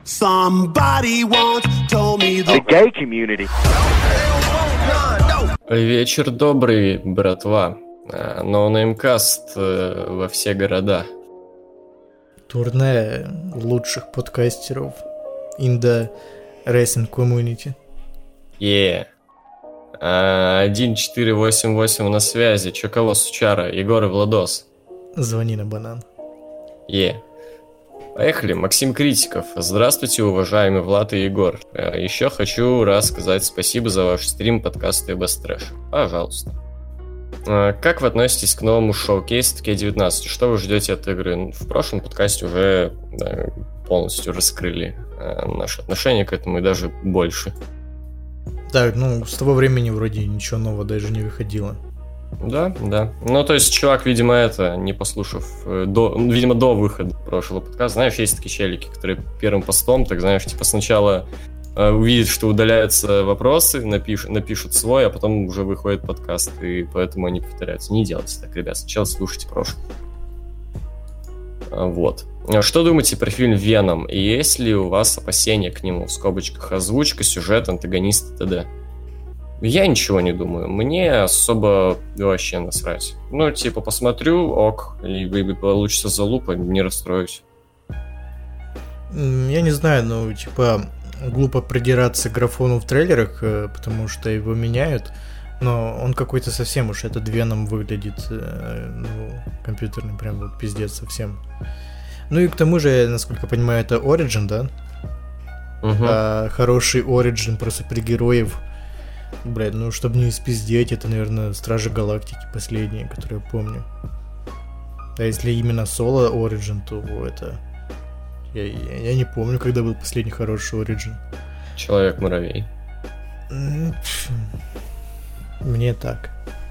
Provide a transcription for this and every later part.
Somebody once told me the gay community. Вечер добрый, братва. NoNameCast во все города. Турне лучших подкастеров in the racing community. 1488 на связи. Чё кого, сучара? Егор и Владос. Звони на банан. Поехали. Максим Критиков. Здравствуйте, уважаемый Влад и Егор. Еще хочу раз сказать спасибо за ваш стрим подкаста ИБС Трэш. Пожалуйста. Как вы относитесь к новому шоу-кейсу K19? Что вы ждете от игры? В прошлом подкасте уже полностью раскрыли наше отношение к этому и даже больше. Так, с того времени вроде ничего нового даже не выходило. Да. Ну, то есть, чувак, видимо, не послушав, до выхода прошлого подкаста, знаешь, есть такие челики, которые первым постом, так знаешь, типа сначала увидят, что удаляются вопросы, напишут свой, а потом уже выходит подкаст, и поэтому они повторяются. Не делайте так, ребят, сначала слушайте прошлый. Вот. Что думаете про фильм «Веном»? И есть ли у вас опасения к нему? В скобочках озвучка, сюжет, антагонист и т.д. Я ничего не думаю. Мне особо вообще насрать. Посмотрю, ок, либо получится залупа, не расстроюсь. Я не знаю, глупо придираться к графону в трейлерах, потому что его меняют, но он какой-то совсем уж этот Веном выглядит, компьютерный, прям вот пиздец совсем. Ну и к тому же, насколько я понимаю, это Origin, да? Угу. Хороший Origin про супергероев. Блядь, чтобы не испиздеть, это, наверное, Стражи Галактики последние, которые я помню. А если именно соло Origin, то это... Я не помню, когда был последний хороший Origin. Человек-муравей. Мне так.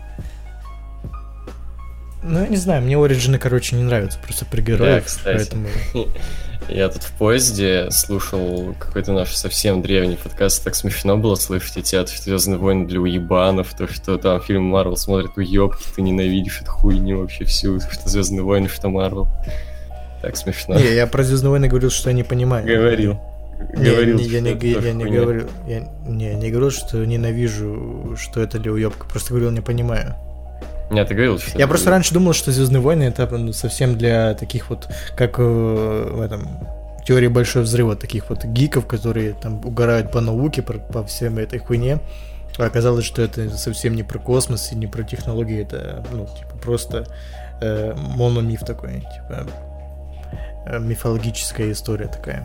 Я не знаю, мне Origin, не нравятся, просто про героев. Да, кстати. Поэтому... Я тут в поезде слушал какой-то наш совсем древний подкаст, так смешно было слышать эти от «Звездные войны» для уебанов, то, что там фильм Марвел смотрит уебки, ты ненавидишь эту хуйню вообще всю, что «Звездные войны», что Марвел. Так смешно. Не, я про «Звездные войны» говорил, что я не понимаю. Говорил. Я не говорил, что ненавижу, что это для уебка, просто говорил, не понимаю. Нет, ты говорил, что... Я просто раньше думал, что «Звездные войны» это совсем для таких вот, как в этом «Теории большого взрыва», таких вот гиков, которые там угорают по науке, по всем этой хуйне. А оказалось, что это совсем не про космос и не про технологии, это, просто мономиф такой, мифологическая история такая.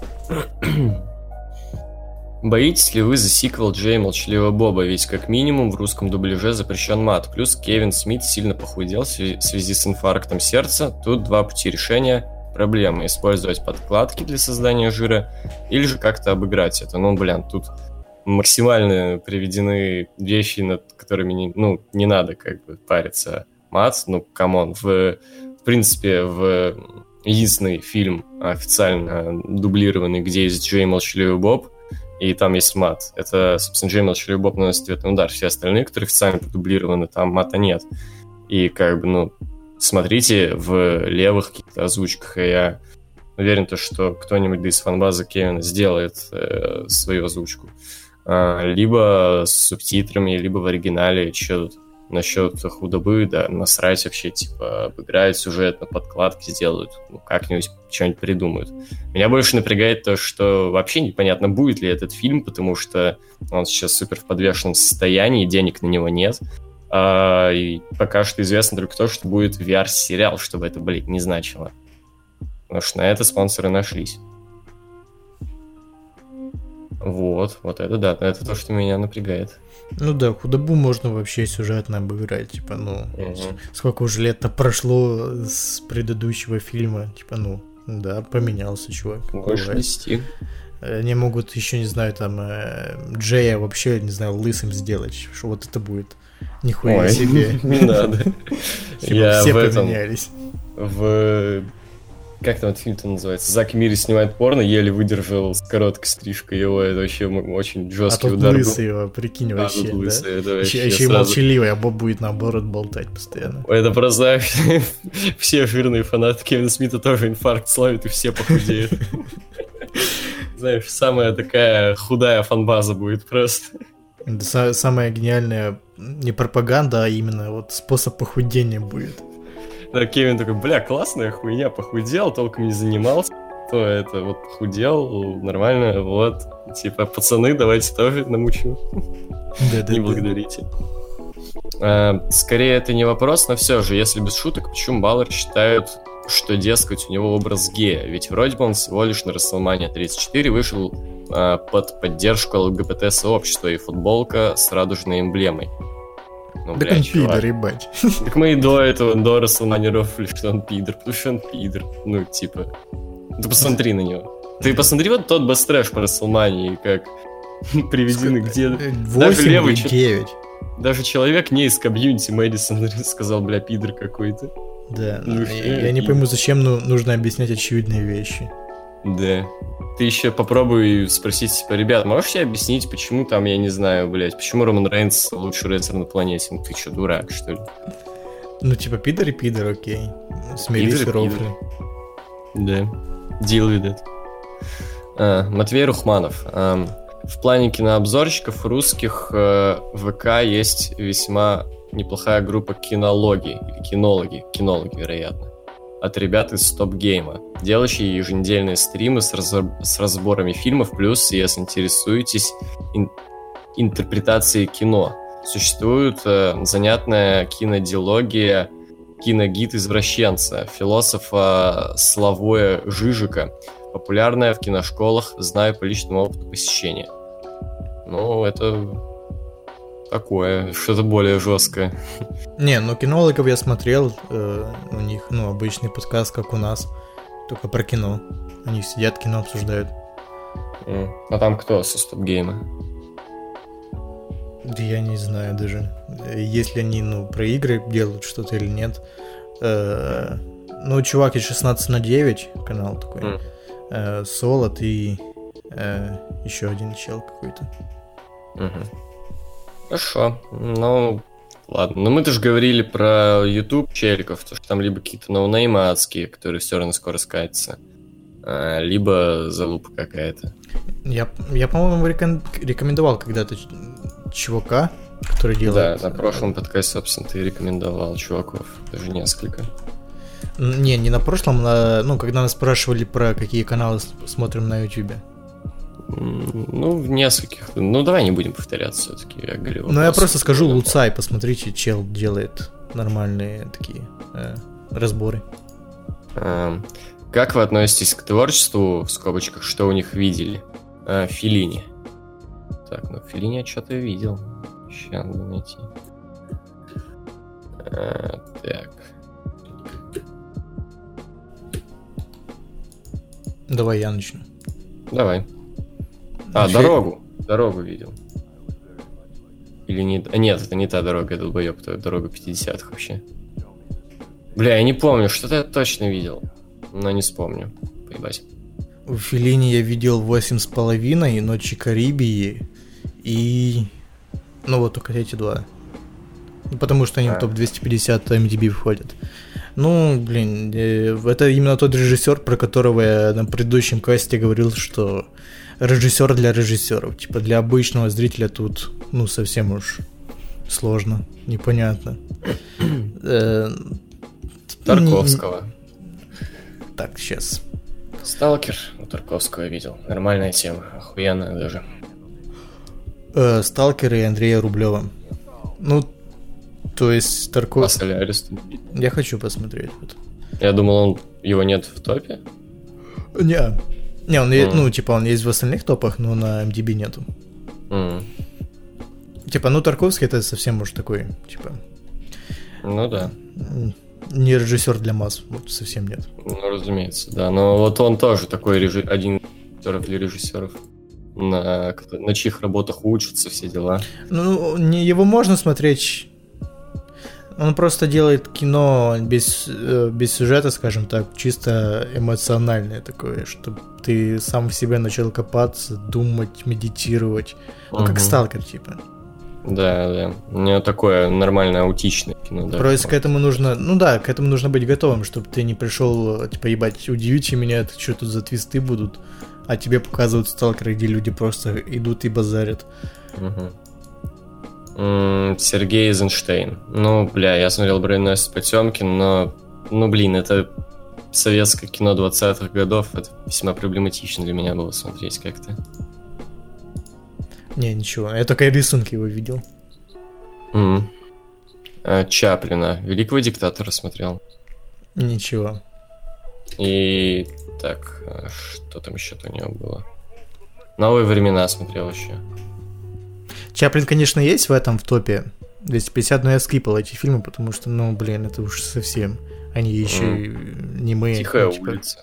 Боитесь ли вы за сиквел Джея Молчаливого Боба? Ведь как минимум в русском дубляже запрещен мат. Плюс Кевин Смит сильно похудел в связи с инфарктом сердца. Тут два пути решения проблемы. Использовать подкладки для создания жира или же как-то обыграть это. Тут максимально приведены вещи, над которыми не надо париться. Мат, камон. В принципе, в единственный фильм официально дублированный, где есть Джей Молчаливый Боб, и там есть мат. Это, собственно, Джей Молчаливый Боб наносит ответный удар. Все остальные, которые официально продублированы, там мата нет. И смотрите в левых каких-то озвучках, и я уверен, что кто-нибудь из фанбазы Кевина сделает свою озвучку. Либо с субтитрами, либо в оригинале. Что тут насчет худобы, да, насрать вообще, обыграют сюжет, на подкладки сделают, как-нибудь что-нибудь придумают. Меня больше напрягает то, что вообще непонятно, будет ли этот фильм, потому что он сейчас супер в подвешенном состоянии, денег на него нет. И пока что известно только то, что будет VR-сериал, чтобы это, не значило. Потому что на это спонсоры нашлись. Вот это да, это то, что меня напрягает. Худобу можно вообще сюжетно обыграть, сколько уже лет-то прошло с предыдущего фильма, поменялся чувак. Больше 10. Они могут еще, не знаю, Джея вообще, не знаю, лысым сделать, что вот это будет. Нихуя себе. Не надо. Все поменялись. Как там этот фильм-то называется? Зак Мири снимает порно, еле выдержал с короткой стрижкой его. Это вообще очень жесткий удар. А тут лысый его, прикинь, вообще, да? Лысый, это еще и молчаливый, а Боб будет наоборот болтать постоянно. Это просто все жирные фанаты Кевина Смита тоже инфаркт словят, и все похудеют. знаешь, самая такая худая фанбаза будет просто. Это самая гениальная не пропаганда, а именно вот способ похудения будет. Да, Кевин такой, бля, классная хуйня, похудел, толком не занимался, то это вот похудел, нормально, вот, типа, пацаны, давайте тоже намучу. Не благодарите. Скорее, это не вопрос, но все же, если без шуток, почему Баллар считают, что, дескать, у него образ гея? Ведь вроде бы он всего лишь на WrestleMania 34 вышел под поддержку ЛГБТ-сообщества и футболка с радужной эмблемой. Ну, так он пидор, ебать. Так мы и до этого, до WrestleMania рофли, что он пидор, потому что он пидор. Ну, типа, ты посмотри на него. Ты посмотри вот тот бэстрэш по WrestleMania, как приведены где... 8 или 9. Даже человек не из комьюнити Мэдисон сказал, бля, пидор какой-то. Да, я не пойму, зачем нужно объяснять очевидные вещи. Да. Ты еще попробуй спросить, типа, ребят, можете объяснить, почему там, я не знаю, блядь, почему Роман Рейнс лучший рестлер на планете? Ну ты что, дурак, что ли? Ну, типа, пидор и пидор, окей. Смирись и рофли. Да. Deal with it. Матвей Рухманов. В плане кинообзорщиков русских в ВК есть весьма неплохая группа кинологи, или кинологи, вероятно, от ребят из Стоп-гейма, делающие еженедельные стримы с разборами фильмов, плюс, если интересуетесь интерпретацией кино. Существует занятная кинодиалогия «Киногид извращенца» философа Славоя Жижика, популярная в киношколах, знаю по личному опыту посещения. Ну, это такое, что-то более жесткое. Не, ну кинологов я смотрел, у них, ну, обычный подкаст, как у нас, только про кино. Они сидят, кино обсуждают. А там кто со Стоп-гейма? Да я не знаю даже, если они, ну, про игры делают что-то или нет. Ну, чувак из 16/9, канал такой, Солод и еще один чел какой-то. Хорошо, ну, ладно. Но мы-то же говорили про YouTube челиков, то что там либо какие-то ноунеймы адские, которые все равно скоро скатятся, либо залупа какая-то. Я по-моему, рекомендовал когда-то чувака, который делает... Да, на прошлом подкасте, собственно, ты рекомендовал чуваков, даже несколько. Не на прошлом, ну, когда нас спрашивали про какие каналы смотрим на YouTube. Ну, в нескольких. Ну, давай не будем повторяться все-таки. Ну, я просто скажу, Луцай, посмотрите, чел делает нормальные такие разборы. Как вы относитесь к творчеству, в скобочках, что у них видели? Феллини. Так, ну, Феллини я что-то видел. Сейчас надо найти. Так. Давай я начну. Давай. Дорогу видел. Или не... Нет, это не та дорога, это долбоёб, это дорога 50-х вообще. Бля, я не помню, что-то я точно видел. Но не вспомню. Поебать. В Феллини я видел 8,5, Ночи Карибии и... Ну вот только эти два. Потому что они в топ-250 MDB входят. Ну, блин, это именно тот режиссер, про которого я на предыдущем касте говорил, что режиссер для режиссеров. Типа для обычного зрителя тут, ну, совсем уж сложно, непонятно. Тарковского. Так, сейчас. Сталкер у Тарковского видел. Нормальная тема, охуенная даже. Сталкер и Андрея Рублева. Ну, то есть Тарковский... Я хочу посмотреть. Вот. Я думал, его нет в топе? Не, он ну, типа, он есть в остальных топах, но на MDB нету. Типа, ну, Тарковский это совсем уж такой, типа... Ну да. Не режиссер для масс, вот совсем нет. Ну, разумеется, да. Но вот он тоже такой один для режиссеров. На чьих работах учатся, все дела. Ну, его можно смотреть... Он просто делает кино без сюжета, скажем так, чисто эмоциональное такое, чтобы ты сам в себя начал копаться, думать, медитировать. Ну, как сталкер, типа. Да. У него такое нормальное аутичное кино, да. Просто к этому нужно, к этому нужно быть готовым, чтобы ты не пришел, типа, ебать, удивите меня, это что тут за твисты будут, а тебе показывают сталкеры, где люди просто идут и базарят. Сергей Эйзенштейн. Ну, бля, я смотрел «Броненосец Потемкин», но, это советское кино 20-х годов, это весьма проблематично для меня было смотреть как-то. Не, ничего, я только рисунки его видел. Чаплина, «Великого диктатора» смотрел. Ничего. И так, что там еще-то у него было? «Новые времена» смотрел еще. Чаплин, конечно, есть в топе 250, но я скипал эти фильмы, потому что, это уж совсем. Они еще не мы. «Тихая улица».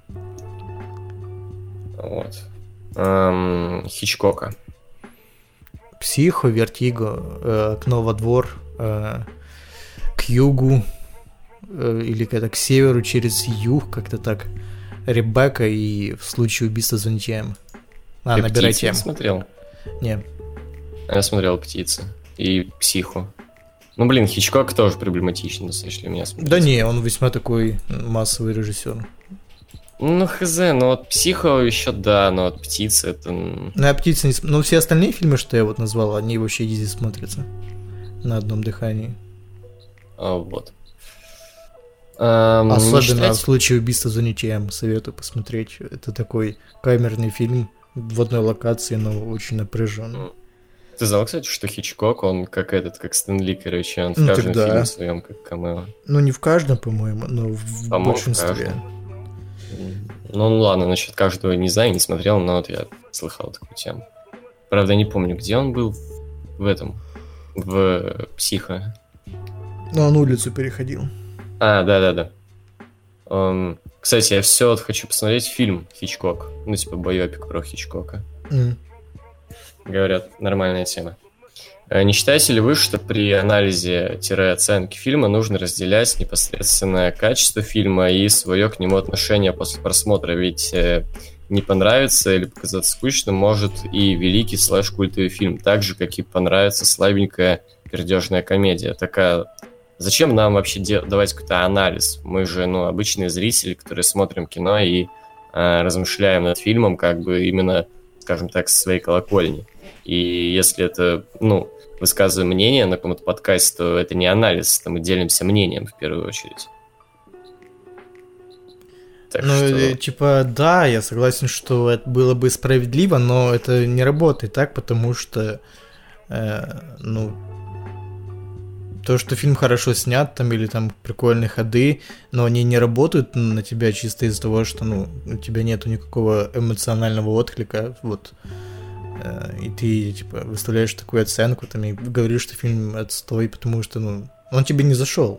Вот. Хичкока. «Психо», «Вертиго», «Окно во двор», «К югу», или как-то «К северу через юг», как-то так. «Ребекка» и «В случае убийства звоните М». Набирай тему. Смотрел? Не. Я смотрел «Птицы» и «Психо». Хичкок тоже проблематичный достаточно для меня смотреть. Да не, он весьма такой массовый режиссер. Хз, «Психо» еще да, но «Птицы» это... А «Птицы» не... все остальные фильмы, что я назвал, они вообще изи смотрятся на одном дыхании. Вот. Особенно «В случае убийства звоните М», советую посмотреть. Это такой камерный фильм в одной локации, но очень напряженный. Ты знал, кстати, что Хичкок, он как Стэн Ли, он в каждом фильме своем как камео. Не в каждом, по-моему, но в большинстве. Ладно, насчет каждого не знаю, не смотрел, но я слыхал такую тему. Правда, не помню, где он был в «Психо». Он улицу переходил. Да. Кстати, я все хочу посмотреть фильм «Хичкок». Байопик про Хичкока. Говорят, нормальная тема. Не считаете ли вы, что при анализе-оценке фильма нужно разделять непосредственное качество фильма и свое к нему отношение после просмотра? Ведь не понравится или показаться скучным может и великий /культовый фильм, так же, как и понравится слабенькая пердежная комедия. Зачем нам вообще давать какой-то анализ? Мы же, обычные зрители, которые смотрим кино и размышляем над фильмом, именно, скажем так, со своей колокольни. И если это, высказываем мнение на каком-то подкасте, то это не анализ, мы делимся мнением в первую очередь. Да, я согласен, что это было бы справедливо, но это не работает так, потому что, то, что фильм хорошо снят, или прикольные ходы, но они не работают на тебя чисто из-за того, что, у тебя нету никакого эмоционального отклика, и ты, выставляешь такую оценку, и говоришь, что фильм отстой, потому что, он тебе не зашел.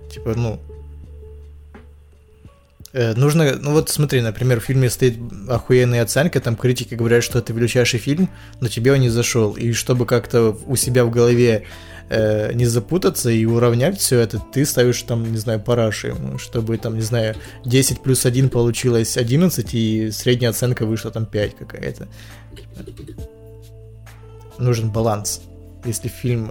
Нужно, смотри, например, в фильме стоит охуенная оценка, критики говорят, что это величайший фильм, но тебе он не зашел. И чтобы как-то у себя в голове не запутаться и уравнять все это, ты ставишь параши, чтобы 10 плюс 1 получилось 11, и средняя оценка вышла 5 какая-то. Нужен баланс. Если фильм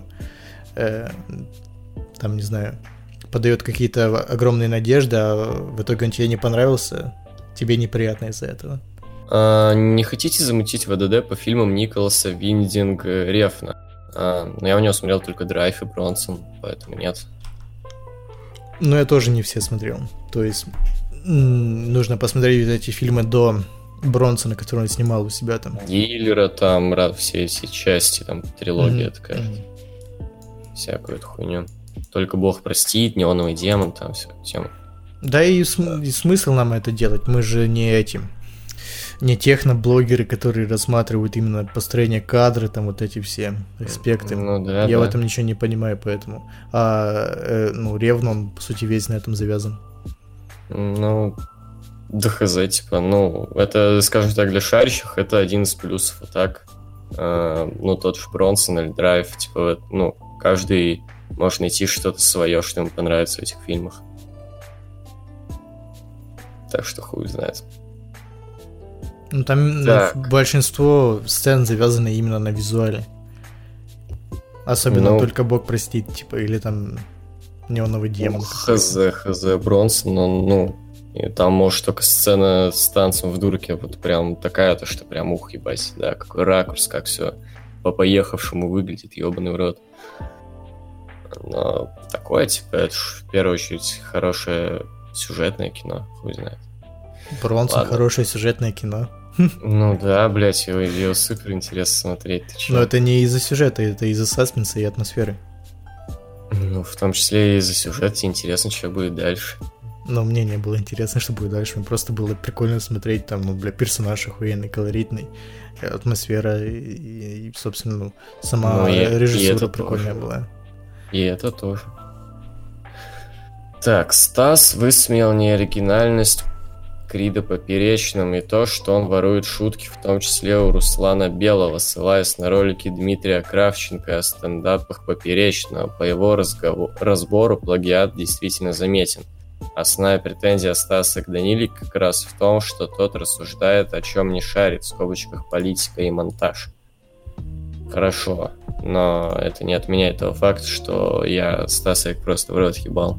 подает какие-то огромные надежды, а в итоге он тебе не понравился, тебе неприятно из-за этого. Не хотите замутить ВДД по фильмам Николаса Виндинг Рефна? Но я у него смотрел только «Драйв» и «Бронсон», поэтому нет. Я тоже не все смотрел. То есть нужно посмотреть эти фильмы до Бронсона, который он снимал у себя там. Гиллера все эти части, трилогия такая. Всякую эту хуйню. «Только Бог простит», «Неоновый демон», вся тема. Да и смысл нам это делать. Мы же не техноблогеры, которые рассматривают именно построение кадра, эти все аспекты. Я в этом ничего не понимаю, поэтому. Ревно, он, по сути, весь на этом завязан. Да хз, это, скажем так, для шарящих это один из плюсов, а так, тот же Бронсон или Драйв, каждый может найти что-то свое, что ему понравится в этих фильмах. Так что хуй знает. Большинство сцен завязаны именно на визуале. Особенно только Бог простит, типа, или там неоновый демон. Хз, Бронсон, ну, и там, может, только сцена с танцем в дурке вот прям такая, то что прям ух, ебать, да, какой ракурс, как все по-поехавшему выглядит, ебаный в рот. Но такое, типа, это ж в первую очередь хорошее сюжетное кино, хуй знает. Бронсон хорошее сюжетное кино. Ну да, блять, его супер интересно смотреть. Но это не из-за сюжета, это из-за саспенса и атмосферы. Ну, в том числе и из-за сюжета интересно, что будет дальше. Но мне не было интересно, что будет дальше. Мне просто было прикольно смотреть, там, ну, бля, персонаж охуенный, колоритный, атмосфера и собственно, ну, сама режиссура прикольная была. И это тоже. Так, Стас высмеял неоригинальность Крида Поперечным и то, что он ворует шутки, в том числе у Руслана Белого, ссылаясь на ролики Дмитрия Кравченко о стендапах Поперечного. По его разбору плагиат действительно заметен. Основная претензия Стаса к Даниле как раз в том, что тот рассуждает, о чем не шарит, в скобочках политика и монтаж. Хорошо, но это не отменяет того факта, что я Стаса просто в рот ебал.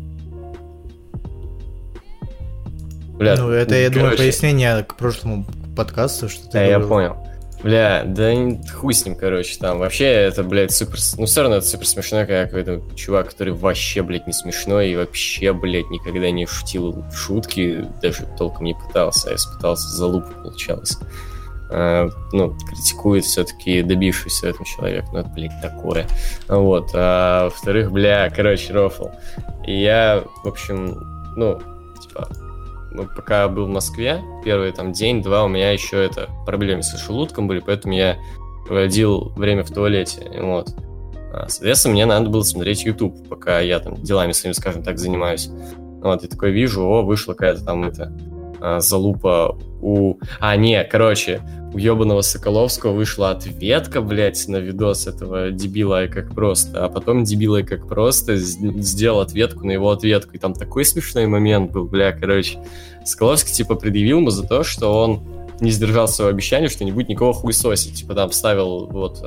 Бля, ну, это, я думаю, пояснение к прошлому подкасту, что ты да, говорил. Я понял. Бля, да хуй с ним, короче, там вообще это, блядь, супер... Ну, все равно это супер смешно, как какой-то чувак, который вообще, блядь, не смешной и вообще, блядь, никогда не шутил в шутки, даже толком не пытался, а если пытался, залупа получалось. Ну, критикует все-таки добившийся этого человека, ну, это, блядь, такое. Вот, а во-вторых, бля, короче, рофл. И я, в общем, ну, типа... Пока был в Москве, первый там день-два у меня еще это проблемы с желудком были, поэтому я проводил время в туалете. Вот. Соответственно, мне надо было смотреть YouTube, пока я там делами своими, скажем так, занимаюсь. Вот, и такой вижу, вышла какая-то там залупа у... у ебаного Соколовского вышла ответка, блядь, на видос этого дебила и как просто, а потом дебила и как просто сделал ответку на его ответку, и там такой смешной момент был, бля, короче. Соколовский, типа, предъявил ему за то, что он не сдержал своего обещания, что не будет никого хуесосить, типа, там вставил вот,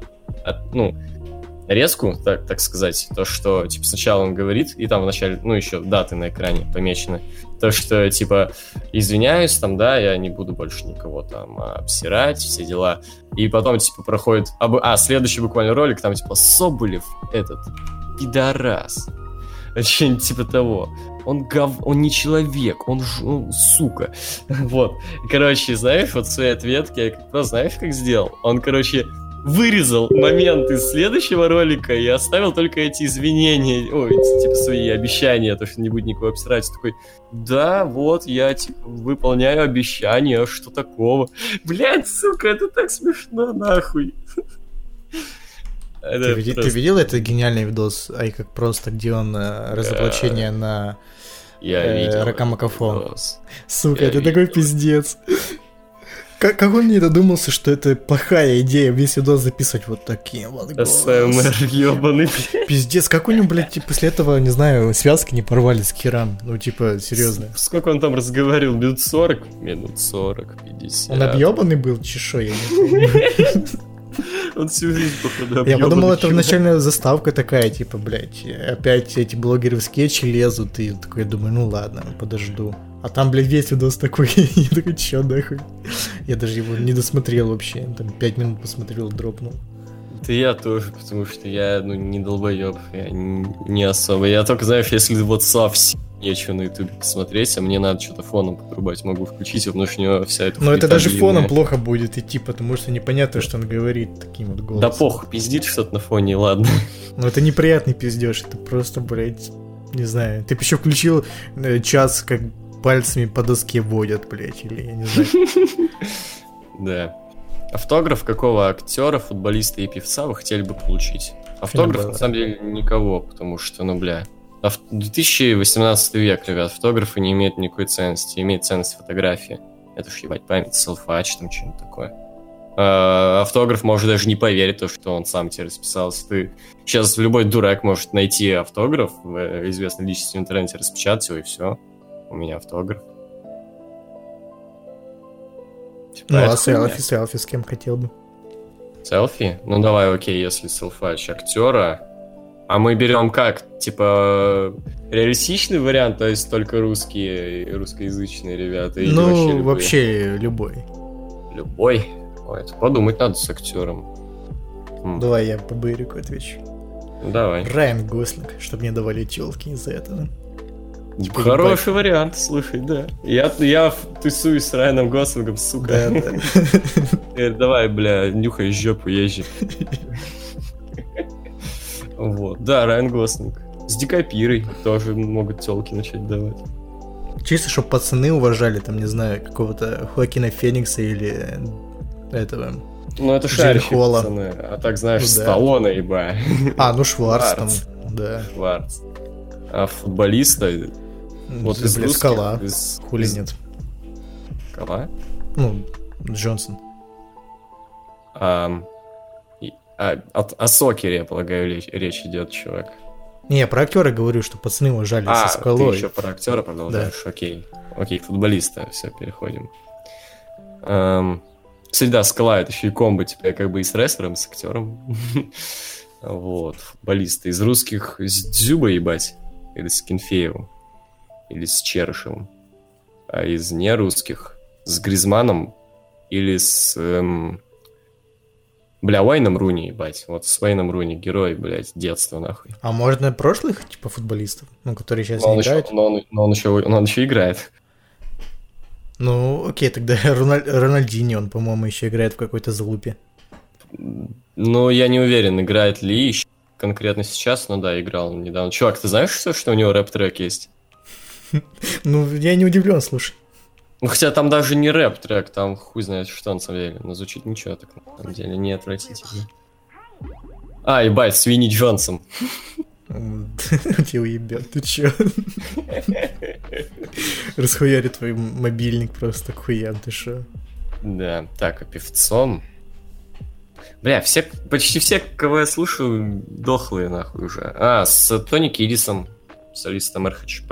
резку, так сказать, то, что, типа, сначала он говорит, и там вначале, ну, еще даты на экране помечены, то, что, типа, извиняюсь, там, да, я не буду больше никого там обсирать, все дела, и потом, типа, проходит, следующий буквально ролик, там, типа, Соболев, этот, пидорас, что-нибудь типа того. Он не человек, он сука. Вот. Короче, знаешь, вот в своей ответке я просто, знаешь, как сделал? Он, короче, вырезал момент из следующего ролика и оставил только эти извинения, типа свои обещания, то, что не будет никого обсирать. Такой, да, вот, я, типа, выполняю обещания, а что такого? Блядь, сука, это так смешно, нахуй. Ты видел этот гениальный видос, как просто, где он разоблачение на Рокамакафо? Сука, это такой пиздец. Как он мне додумался, что это плохая идея весь видос записывать вот таким вот голосом? СМР ебаный. Пиздец, как у него, блядь, после этого, не знаю, связки не порвались к херам. Ну, типа, серьезно. Сколько он там разговаривал? Минут 40? Минут 40, 50. Он объебанный был, чешо, я не помню. Он всю жизнь, походу, объебанный. Я подумал, это начальная заставка такая, типа, блядь, опять эти блогеры в скетчи лезут, и такой, думаю, ну ладно, подожду. А там, блядь, весь видос такой, я такой, чё, нахуй? Я даже его не досмотрел вообще, там 5 минут посмотрел, дропнул. Да я тоже, потому что я, не долбоёб, я не особо. Я только, знаешь, если вот совсем нечего на ютубе посмотреть, а мне надо что-то фоном подрубать, могу включить, потому что у него вся эта... Но это даже фоном плохо будет идти, потому что непонятно, что он говорит таким вот голосом. Да похуй, пиздит что-то на фоне, ладно. Ну это неприятный пиздеж, это просто, блядь, не знаю. Ты бы еще включил час, как пальцами по доске водят, блядь, или я не знаю. Да. Автограф какого актера, футболиста и певца вы хотели бы получить? Автограф, на самом деле, никого, потому что, 2018 век, ребят, фотографы не имеют никакой ценности, имеет ценность фотография. Это ж, ебать, память, селфач, там что-нибудь такое. Автограф может даже не поверить, то, что он сам тебе расписался. Ты сейчас любой дурак может найти автограф в известной личности в интернете, распечатать его, и все. У меня автограф. Ну, а селфи с кем хотел бы? Селфи? Ну давай, окей, если селфач актера. А мы берем как? Типа реалистичный вариант, то есть только русскоязычные ребята? Или Ну, вообще любой. Любой? Ой, это подумать надо с актером. Давай я по Бейрику отвечу. Давай. Райан Гослинг, чтобы мне давали тёлки из-за этого. Хороший вариант, слушай, да. Я тусуюсь с Райаном Гослингом, сука. Да. Давай, бля, нюхай жопу, езжи. Вот, да, Райан Гослинг. С Ди Капирой тоже могут тёлки начать давать. Чисто, чтобы пацаны уважали, там, не знаю, какого-то Хоакина Феникса или этого... Ну, это шарящие пацаны. А так, знаешь, ну, да. Сталлоне, еба. А, ну Шварц там, да. Шварц. А футболиста... Вот из русских... Скала. Хули нет. Скала? Ну, Джонсон. О Сокере, я полагаю, речь идет, чувак. Не, я про актера говорю, что пацаны уважали со Скалой. Ты еще про актера продолжаешь? Да. Окей, футболиста, все, переходим. Кстати, да, Скала — это еще и комбо, типа, как бы и с рестлером, и с актером. Вот, футболисты. Из русских с Дзюба, ебать, или с Кенфеевым, или с Черышевым. А из нерусских с Гризманом или с... Уэйном Руни, ебать. Вот с Уэйном Руни, герой, блядь, детства, нахуй. А можно прошлых, типа, футболистов, ну, которые сейчас не играют? Но он еще играет. Ну, окей, тогда Рональдиньо, он, по-моему, еще играет в какой-то залупе. Ну, я не уверен, играет ли конкретно сейчас, но да, играл недавно. Чувак, ты знаешь, что у него рэп-трек есть? Ну, я не удивлен, слушай. Ну, хотя там даже не рэп-трек, там хуй знает, что на самом деле. Но звучит ничего так, на самом деле, не отвратительно. А, ебать, с Винни Джонсом. Тебя уебет, ты чё? Расхуярит твой мобильник просто к хуям, ты шо? Да, так, а певцом... Бля, почти все, кого я слушаю, дохлые нахуй уже. С Тони Кидисом, солистом РХЧП.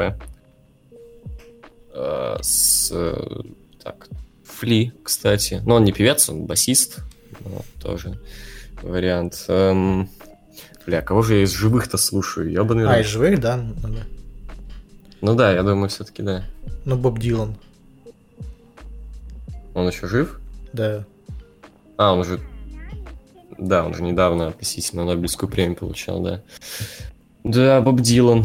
Так, Фли, кстати. Но он не певец, он басист. Тоже вариант. Бля, кого же я из живых-то слушаю? Ёбаный из живых, да? Ну да, я думаю, все-таки да. Ну, Боб Дилан. Он еще жив? Да. Он же... Да, он же недавно относительно Нобелевскую премию получал, да. Да, Боб Дилан.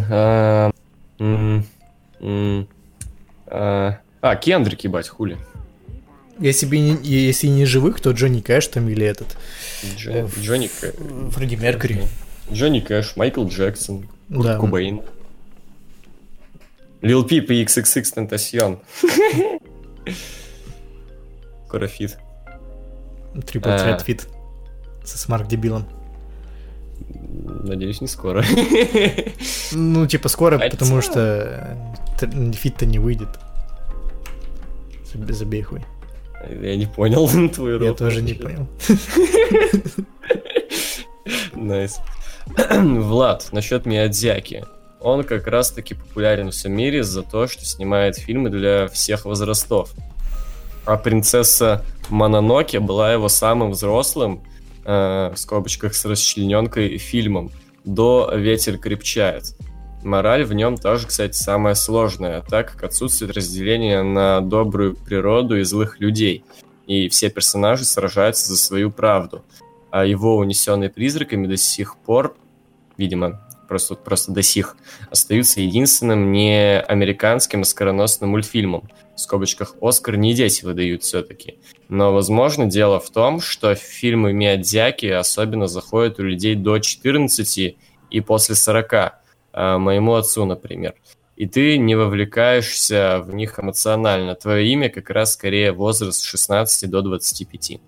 Кендрик, ебать, хули. Если не живых, то Джонни Кэш там или этот... Джонни Кэш. Фредди Меркьюри. Джонни Кэш, Майкл Джексон, Курт Кобейн. Лил Пип и XXXTentacion. Скоро фит. Трипл Threat фит. Со смарт-дебилом. Надеюсь, не скоро. Ну, типа скоро, потому что фит-то не выйдет. Забей хуй. Я не понял твой рот. Я тоже не понял. Найс. Влад, насчет Миядзаки. Он как раз-таки популярен во всем мире за то, что снимает фильмы для всех возрастов. А принцесса Мононоке была его самым взрослым, в скобочках с расчлененкой, фильмом до «Ветер крепчает». Мораль в нем тоже, кстати, самая сложная, так как отсутствует разделение на добрую природу и злых людей, и все персонажи сражаются за свою правду. А его «Унесенные призраками» до сих пор, видимо, просто до сих, остаются единственным не американским оскароносным мультфильмом. В скобочках «Оскар» не дети выдают все-таки. Но, возможно, дело в том, что фильмы Миядзаки особенно заходят у людей до 14 и после 40. Моему отцу, например. И ты не вовлекаешься в них эмоционально. Твое имя как раз скорее возраст с 16 до 25.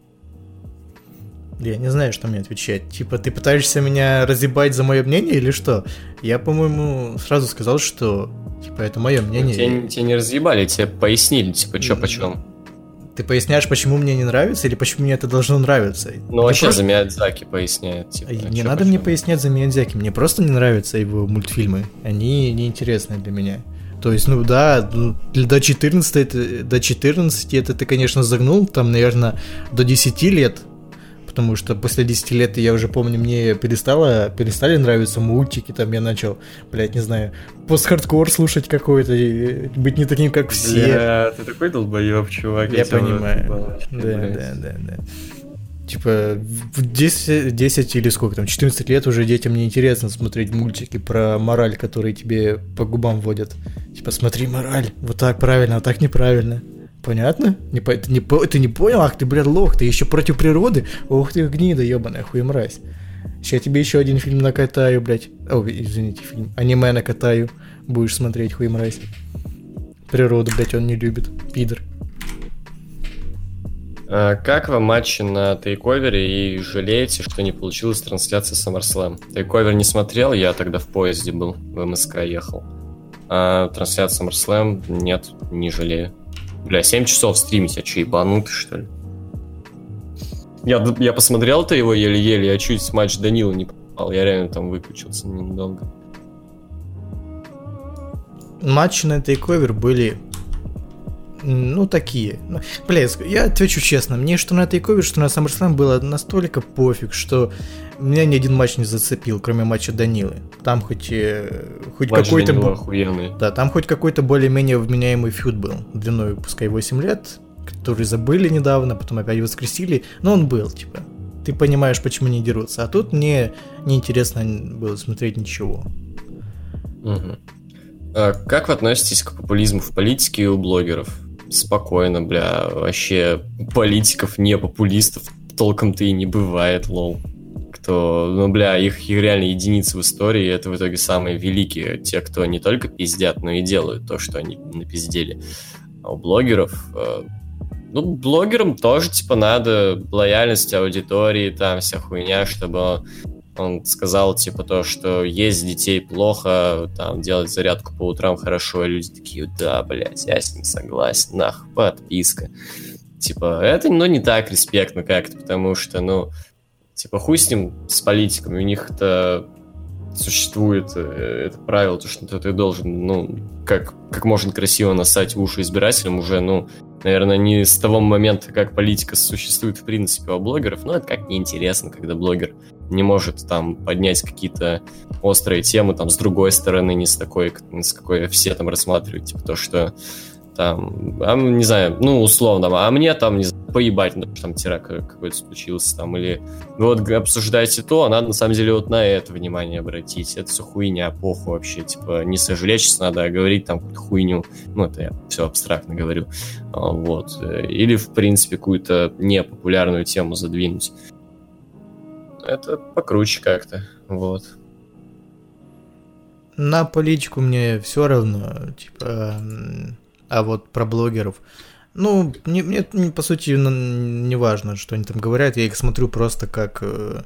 Я не знаю, что мне отвечать. Типа, ты пытаешься меня разъебать за мое мнение или что? Я, по-моему, сразу сказал, что типа это мое мнение. Тебя не разъебали, тебе пояснили, типа, чё почем. Ты поясняешь, почему мне не нравится, или почему мне это должно нравиться? Ну, вообще за Миядзаки поясняет. Типа, не надо мне пояснять за Миядзаки, мне просто не нравятся его мультфильмы. Они неинтересны для меня. То есть, ну да, до 14 это ты, конечно, загнул, там, наверное, до 10 лет. потому что после 10 лет, я уже помню, мне перестали нравиться мультики, там я начал, блядь, не знаю, пост-хардкор слушать какой-то, и быть не таким, как все. Бля, ты такой долбоеб, чувак. Я понимаю. Да. Типа, в 10 или сколько там, 14 лет уже детям неинтересно смотреть мультики про мораль, которые тебе по губам водят. Типа, смотри мораль, вот так правильно, вот так неправильно. Понятно? Ты не понял? Ах ты, блядь, лох, ты еще против природы? Ох ты, гнида, ебаная хуемразь. Сейчас я тебе еще один фильм накатаю, блядь. Извините, фильм. Аниме накатаю. Будешь смотреть, хуемразь. Природу, блядь, он не любит. Пидор. Как вам матчи на тейковере и жалеете, что не получилась трансляция SummerSlam? Тейковер не смотрел, я тогда в поезде был, в МСК ехал. А трансляция SummerSlam нет, не жалею. Бля, 7 часов стримить, а че, ебанутый, что ли? Я посмотрел-то его еле-еле, я чуть в матч Данила не попал, я реально там выключился недолго. Матчи на тейковер были... Ну, такие. Бля, я отвечу честно. Мне что на тейковер, что на SummerSlam было настолько пофиг, что меня ни один матч не зацепил, кроме матча Данилы. Там хоть какой-то... Данила охуенный. Да, там хоть какой-то более-менее вменяемый фьюд был. Длиной, пускай 8 лет, который забыли недавно, потом опять воскресили. Но он был, типа. Ты понимаешь, почему не дерутся. А тут мне неинтересно было смотреть ничего. Угу. Как вы относитесь к популизму в политике и у блогеров? Спокойно, бля, вообще политиков, не популистов толком-то и не бывает, лол. Их реально единицы в истории, и это в итоге самые великие, те, кто не только пиздят, но и делают то, что они напиздели. А у блогеров... блогерам тоже, типа, надо лояльность аудитории, там вся хуйня, чтобы он сказал, типа, то, что есть детей плохо, там, делать зарядку по утрам хорошо, и люди такие, да, блядь, я с ним согласен, нахуй, подписка. Типа, это, не так респектно как-то, потому что, типа, хуй с ним, с политиками, у них-то существует это правило, то, что ты должен, как можно красиво нассать в уши избирателям уже, наверное, не с того момента, как политика существует в принципе у блогеров, но это как неинтересно, когда блогер не может там поднять какие-то острые темы там с другой стороны, не с такой, с какой все там рассматривают, типа то, что там, не знаю, условно, а мне там, не знаю, поебать, что там теракт какой-то случился там, или вы вот обсуждаете то, а надо на самом деле вот на это внимание обратить, это все хуйня, похуй вообще, типа не сожалеть надо, а говорить там какую-то хуйню, это я все абстрактно говорю, вот, или в принципе какую-то непопулярную тему задвинуть. Это покруче как-то, вот. На политику мне все равно, типа, а вот про блогеров, мне по сути не важно, что они там говорят, я их смотрю просто как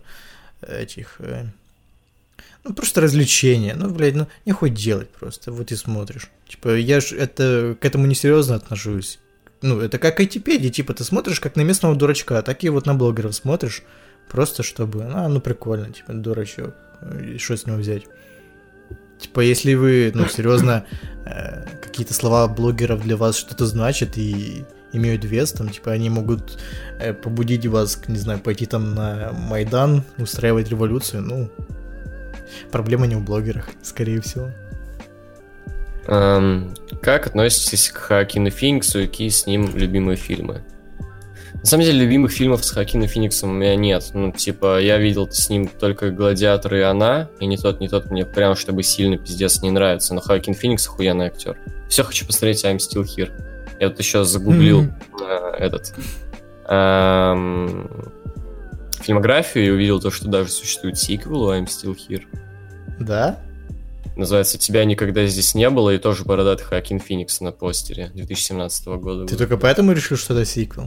просто развлечения, нехуй делать просто, вот и смотришь. Типа, я ж к этому несерьезно отношусь. Это как айтипедия, типа, ты смотришь как на местного дурачка, так и вот на блогеров смотришь, просто чтобы, прикольно, типа, дурачок, что с него взять. Типа, если вы, серьезно, какие-то слова блогеров для вас что-то значат и имеют вес, там, типа, они могут побудить вас, не знаю, пойти там на Майдан, устраивать революцию, проблема не в блогерах, скорее всего. Как относитесь к Хоакину Фениксу и какие с ним любимые фильмы? На самом деле, любимых фильмов с Хоакином Фениксом у меня нет. Я видел с ним только «Гладиатор» и «Она», и ни тот мне прям чтобы сильно пиздец не нравится, но Хоакин Феникс охуенный актер. Все хочу посмотреть I'm Still Here. Я вот еще загуглил фильмографию и увидел то, что даже существует сиквел I'm Still Here. Да? Называется «Тебя никогда здесь не было», и тоже бородатый Хоакин Феникс на постере 2017 года. Ты только поэтому решил, что это сиквел?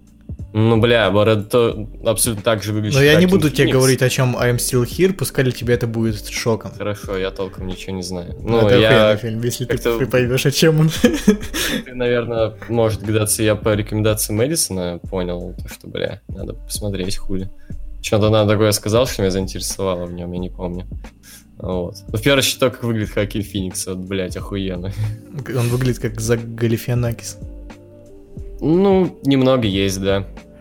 Борода абсолютно так же выглядит. Но я не буду тебе говорить, о чем I'm Still Here, пускай для тебя это будет шоком. Хорошо, я толком ничего не знаю. Это охуенный фильм, если ты поймешь, о чем он. Ты, наверное, может, когда-то я по рекомендации Мэдисона понял, что, надо посмотреть, хули. Что-то она такое сказал, что меня заинтересовало в нем, я не помню. Вот. В первую очередь, то, как выглядит Хоакин Феникс, охуенно. Он выглядит как Зак Галифианакис. Немного есть, да.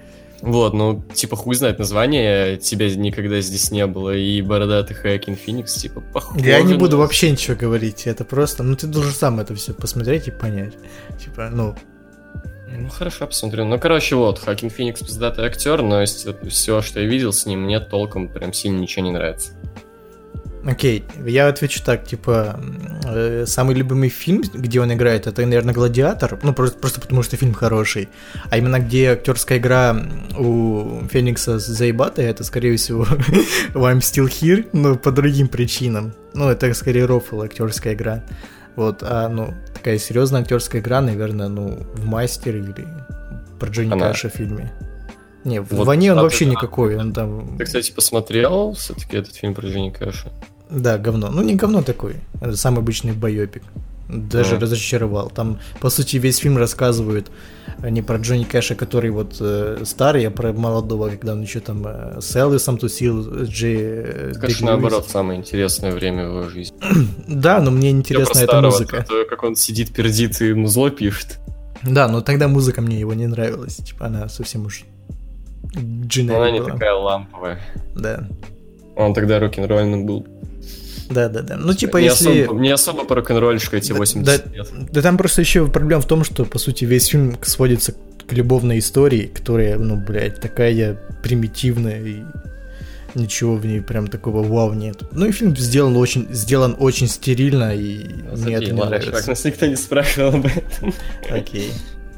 Вот, ну, типа, хуй знает название, тебя никогда здесь не было, и бородатый Хоакин Феникс, типа, похоже. Я не буду вообще ничего говорить, это просто, ну ты должен сам это все посмотреть и понять. Типа, ну... Ну, хорошо, посмотрю. Ну, короче, вот, Хоакин Феникс пиздатый актер, но все, что я видел с ним, мне толком прям сильно ничего не нравится. Окей, я отвечу так, типа, самый любимый фильм, где он играет, это, наверное, «Гладиатор», ну, просто потому что фильм хороший, а именно где актерская игра у Феникса заебатая, это, скорее всего, «I'm Still Here», но по другим причинам, ну, это, скорее, рофл, актерская игра, вот, а, ну, такая серьезная актерская игра, наверное, ну, в «Мастере» или про Джонни Кэша в фильме. Не, в вот, «Ване» он вообще никакой, он там... Ты, кстати, посмотрел все-таки этот фильм про Джонни Кэша? Да, говно. Ну, не говно такой. Это самый обычный байопик. Даже разочаровал. Там, по сути, весь фильм рассказывает не про Джонни Кэша, который вот старый, а про молодого, когда он еще там с Элвисом тусил, с Джей... Конечно, наоборот, самое интересное время в его жизни. Да, но мне интересна эта музыка. То, как он сидит, пердит и музло пишет. Да, но тогда музыка мне его не нравилась. Типа, она совсем уж... Джинна она не такая ламповая. Да. Он тогда рок-н-ролльным был. Да. Ну, типа, если... Не особо по рок-н-ролльшку эти 80 лет. Да там просто еще проблема в том, что, по сути, весь фильм сводится к любовной истории, которая, ну, блядь, такая примитивная, и ничего в ней прям такого вау нет. Ну, и фильм сделан очень стерильно, и мне это не нравится. Чувак, нас никто не спрашивал об этом. Окей.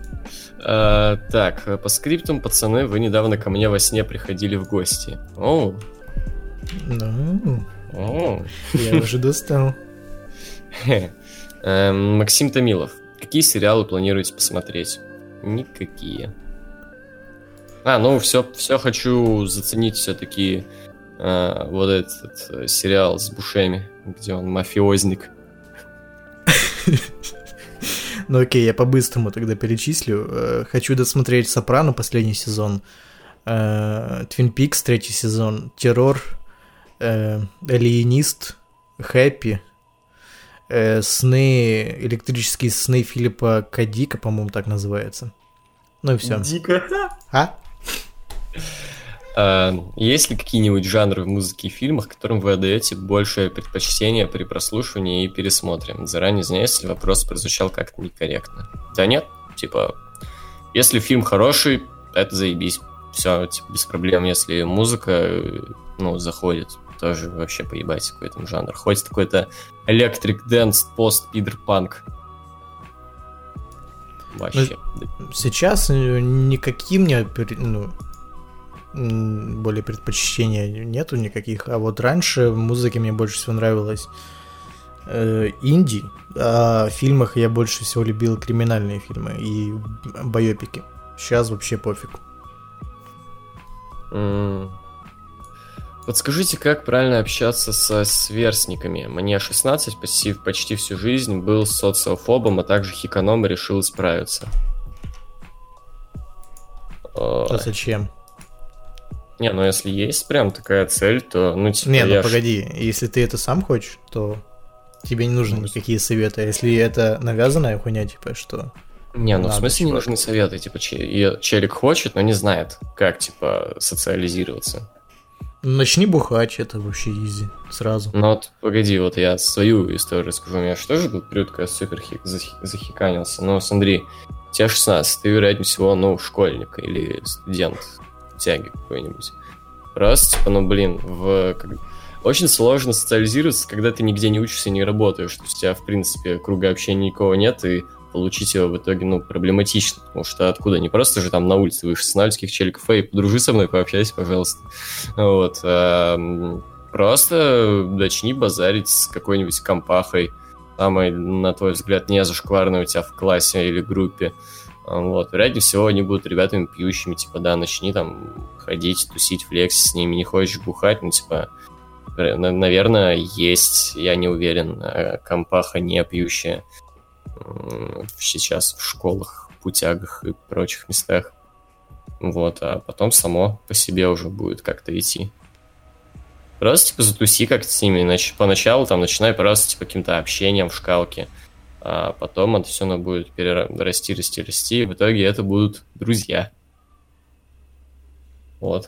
Так, по скриптам, пацаны, вы недавно ко мне во сне приходили в гости. Оу. Ну... Я уже достал. Максим Томилов. Какие сериалы планируете посмотреть? Никакие. Ну все хочу заценить все-таки вот этот сериал с Бушеми, где он мафиозник. Ну окей, я по-быстрому тогда перечислю. Хочу досмотреть «Сопрано» последний сезон, «Твин Пикс» третий сезон, «Террор», «Алиенист», «Хэппи», «Сны», «Электрические сны» Филиппа К. Дика, по-моему, так называется. Ну и все. Дика. А? Есть ли какие-нибудь жанры в музыке и фильмах, которым вы отдаете большее предпочтение при прослушивании и пересмотре? Заранее извиняюсь, если вопрос прозвучал как-то некорректно. Да нет, типа, если фильм хороший, это заебись. Все, типа, без проблем. Если музыка, ну, заходит, тоже вообще поебать какой там жанр. Хоть какой-то electric dance, пост-пидер-панк. Вообще. Сейчас никаким не... более предпочтения нету никаких. А вот раньше в музыке мне больше всего нравилось инди, а в фильмах я больше всего любил криминальные фильмы и байопики. Сейчас вообще пофиг. Подскажите, как правильно общаться со сверстниками? Мне 16, почти всю жизнь был социофобом, а также хиканом и решил исправиться. А зачем? Не, ну если есть прям такая цель, то, ну, типа, не, ну погоди, если ты это сам хочешь, то тебе не нужны никакие советы. А если это навязанная хуйня, типа, что... Не, ну в смысле не нужны советы, типа, челик хочет, но не знает, как, типа, социализироваться. Начни бухать, это вообще изи, сразу. Ну вот, погоди, вот я свою историю расскажу. У меня что же был период, когда я супер захиканился. Ну, смотри, тебе 16, ты, вероятнее всего, ну, школьник или студент тяги какой-нибудь. Просто, типа, ну, блин, очень сложно социализироваться, когда ты нигде не учишься и не работаешь. То есть у тебя, в принципе, круга общения никого нет, и получить его в итоге, ну, проблематично. Потому что откуда? Не просто же там на улице выше останавливать челиков, эй, подружи со мной, пообщайся, пожалуйста. Вот. Просто начни базарить с какой-нибудь компахой, самой, на твой взгляд, не зашкварной у тебя в классе или группе. Вот. Вероятнее всего, они будут ребятами пьющими, типа, да, начни там ходить, тусить, флексить с ними, не хочешь бухать, ну, типа, наверное, есть, я не уверен, компаха не пьющая сейчас в школах, путягах и прочих местах. Вот, а потом само по себе уже будет как-то идти. Просто, типа, затуси как-то с ними. Поначалу там начинай просто, типа, каким-то общением в шкалке. А потом это все будет расти. И в итоге это будут друзья. Вот.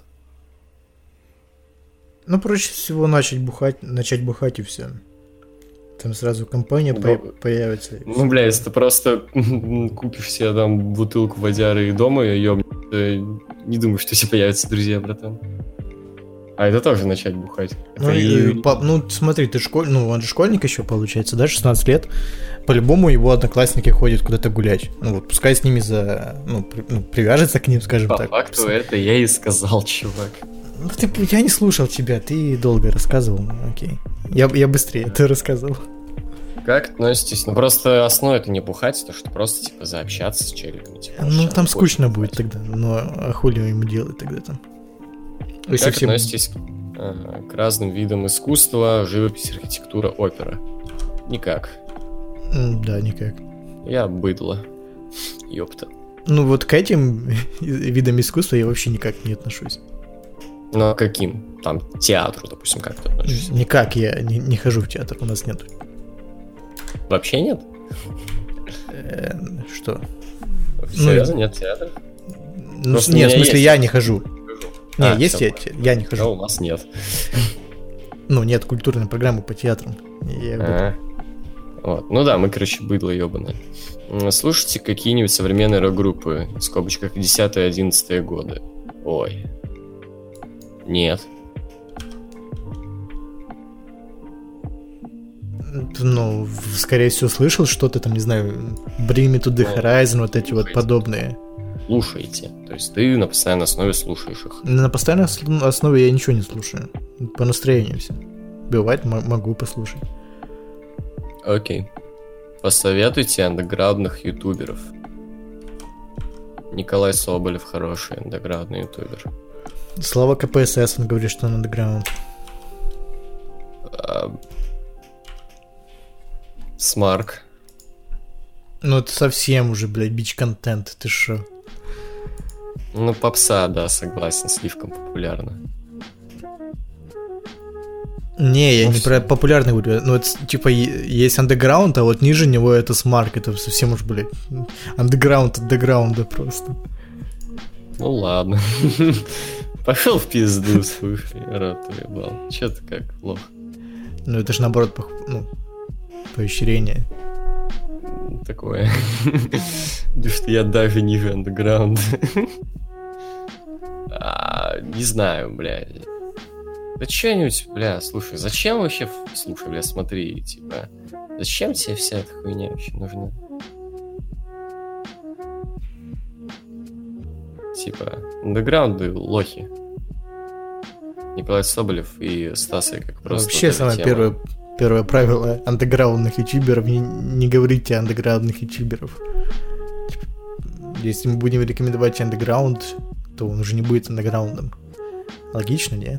Ну, проще всего начать бухать и все. Там сразу компания появится. Ну, бля, если ты просто купишь себе там бутылку водяры и дома ее ёбнешь, не думаю, что у тебя появятся друзья, братан. А это тоже начать бухать. Ну, смотри, он же школьник еще, получается, да, 16 лет. По-любому его одноклассники ходят куда-то гулять. Ну вот, пускай с ними привяжется к ним, скажем так. По факту это я и сказал, чувак. Ну, я не слушал тебя, ты долго рассказывал, окей. Я быстрее это рассказывал. Как относитесь? Ну, просто основа это не бухать, то что просто, типа, заобщаться с челиками. Типа, ну, там скучно будет тогда, но а хули ему делать тогда там? Как относитесь к разным видам искусства, живопись, архитектура, опера? Никак. Да, никак. Я быдло. Ёпта. Ну, вот к этим видам искусства я вообще никак не отношусь. Ну, а каким? Там, театру, допустим, как ты относишься? Никак, я не хожу в театр, у нас нет. Вообще нет? Что? Серьезно, нет театра? Нет, в смысле, я не хожу. Не, есть я не хожу. А у нас нет. Ну, нет культурной программы по театрам. Вот. Ну да, мы, короче, быдло ёбаное. Слушайте какие-нибудь современные рок-группы, в скобочках 10-11 годы. Ой. Нет. Ну, скорее всего, слышал что-то там, не знаю, Bring Me to the Horizon, вот эти вот подобные. Слушайте. То есть ты на постоянной основе слушаешь их. На постоянной основе я ничего не слушаю. По настроению все. Бывает, могу послушать. Окей. Посоветуйте андеграундных ютуберов. Николай Соболев хороший андеграундный ютубер. Слава КПСС, он говорит, что он андеграунд. Смарк. Ну это совсем уже, блядь, бич-контент, ты шо? Ну попса, да, согласен, слишком популярно. Не, я не про популярный говорю. Ну, это типа есть андеграунд, а вот ниже него это смарк. Это совсем уж, блядь, андеграунд андеграунда просто. Ну ладно. Пошел в пизду, слушай, рот уебал. Че ты как, лох? Ну, это же наоборот, поощрение. Такое. Потому что я даже ниже андеграунда. Не знаю, блядь. Да что-нибудь, бля, слушай, зачем вообще... Слушай, бля, смотри, типа... Зачем тебе вся эта хуйня вообще нужна? Типа, андеграунды лохи. Николай Соболев и Стаса как просто... Вообще самое первое правило андеграундных ютуберов — не говорите андеграундных ютуберов. Если мы будем рекомендовать андеграунд, то он уже не будет андеграундом. Логично, нет?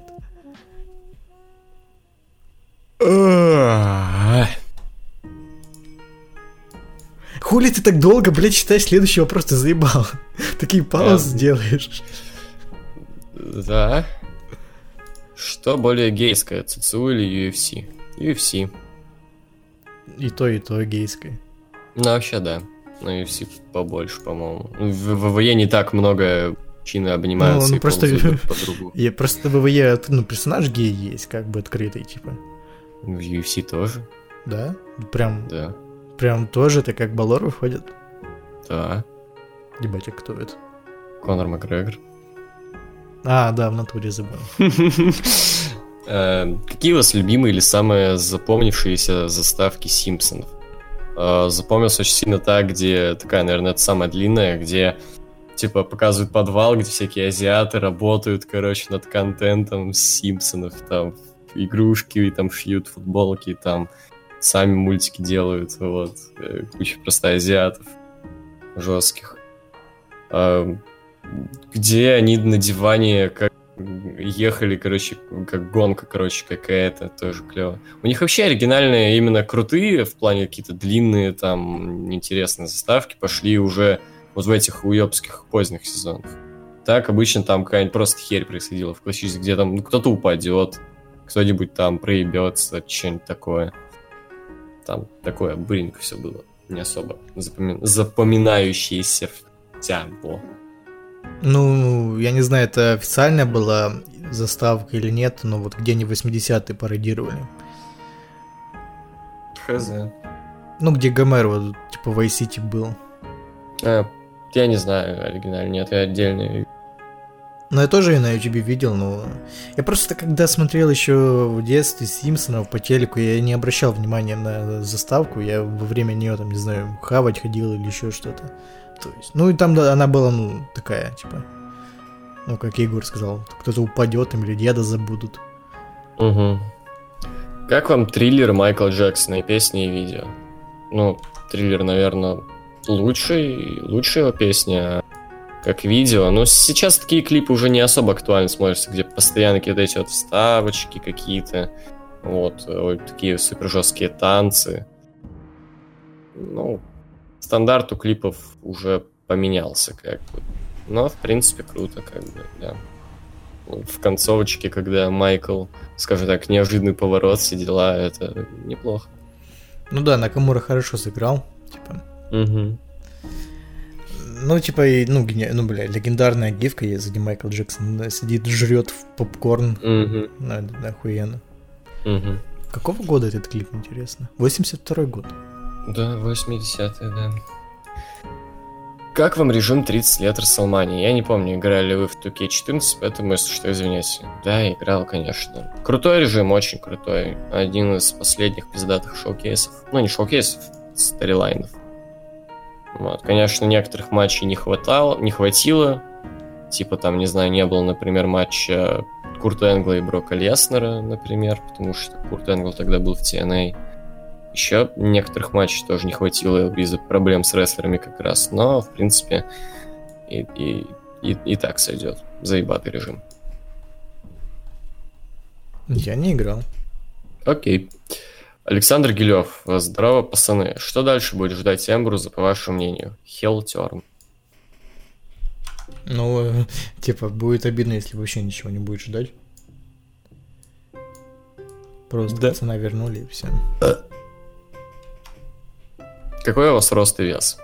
Хули ты так долго, блядь, читаешь следующий вопрос, ты заебал. Такие паузы делаешь. Да. Что более гейское, ЦЦУ или UFC? UFC. И то гейское. Ну, вообще, да. Но UFC побольше, по-моему. В ВВЕ не так много мужчины обнимаются и просто ползают подругу. Просто в ВВЕ, персонаж гей есть, как бы открытый, типа. В UFC тоже. Да? Прям... Да. Прям тоже, это как Балор выходит? Да. Ебать, а кто это? Конор Макгрегор. А, да, в натуре забыл. Какие у вас любимые или самые запомнившиеся заставки Симпсонов? Запомнился очень сильно та, где такая, наверное, это самая длинная, где типа показывают подвал, где всякие азиаты работают, короче, над контентом Симпсонов, там игрушки, и там шьют футболки, там сами мультики делают, вот, куча просто азиатов жестких. Где они на диване как ехали, короче, как гонка, короче, какая-то, тоже клево. У них вообще оригинальные, именно крутые, в плане какие-то длинные, там, интересные заставки пошли уже вот в этих уебских поздних сезонах. Так обычно там какая-нибудь просто херь происходила в классических, где там кто-то упадет, кто-нибудь там проебется, что-нибудь такое. Там такое быренько все было, не особо запоминающееся в тябо. Ну, я не знаю, это официальная была заставка или нет, но вот где они 80-е пародировали. Хз. Ну, где Гомер, вот, типа, в Vice City был. Я не знаю, оригинально, нет, я отдельный. Ну, я тоже ее на YouTube видел, но... Я просто, когда смотрел еще в детстве Симпсонов по телеку, я не обращал внимания на заставку, я во время нее, там, не знаю, хавать ходил или еще что-то. То есть, ну, и там да, она была, ну, такая, типа... Ну, как Егор сказал, кто-то упадет, им или деда забудут. Угу. Как вам триллер Майкла Джексона и песни, и видео? Ну, триллер, наверное, лучшая его песня, как видео. Но сейчас такие клипы уже не особо актуально смотрятся, где постоянно какие-то эти вот вставочки какие-то, вот такие супер жесткие танцы. Ну, стандарт у клипов уже поменялся как бы. Но, в принципе, круто, как бы, да. В концовочке, когда Майкл, скажем так, неожиданный поворот, все дела, это неплохо. Ну да, Накамура хорошо сыграл, типа. Угу. Ну, типа, легендарная гифка есть, где Майкл Джексон сидит, жрет в попкорн. Угу. Ну, это охуенно. Угу. Какого года этот клип, интересно? 82-й год. Да, 80-е, да. Как вам режим 30 лет Расселмании? Я не помню, играли ли вы в 2K14, поэтому, если что, извиняйте. Да, играл, конечно. Крутой режим, очень крутой. Один из последних пиздатых шоу-кейсов. Ну, не шоу-кейсов, сторилайнов. Вот. Конечно, некоторых матчей не хватило. Типа там, не знаю, не было, например, матча Курта Энгла и Брока Леснера, например, потому что Курт Энгл тогда был в TNA. Еще некоторых матчей тоже не хватило из-за проблем с рестлерами как раз. Но, в принципе, и так сойдет. Заебатый режим. Я не играл. Окей. Александр Гилев. Здорово, пацаны. Что дальше будет ждать Эмбруза, по вашему мнению? Heel turn. Ну, типа, будет обидно, если вообще ничего не будет ждать. Просто да. Пацана вернули и все. Какой у вас рост и вес?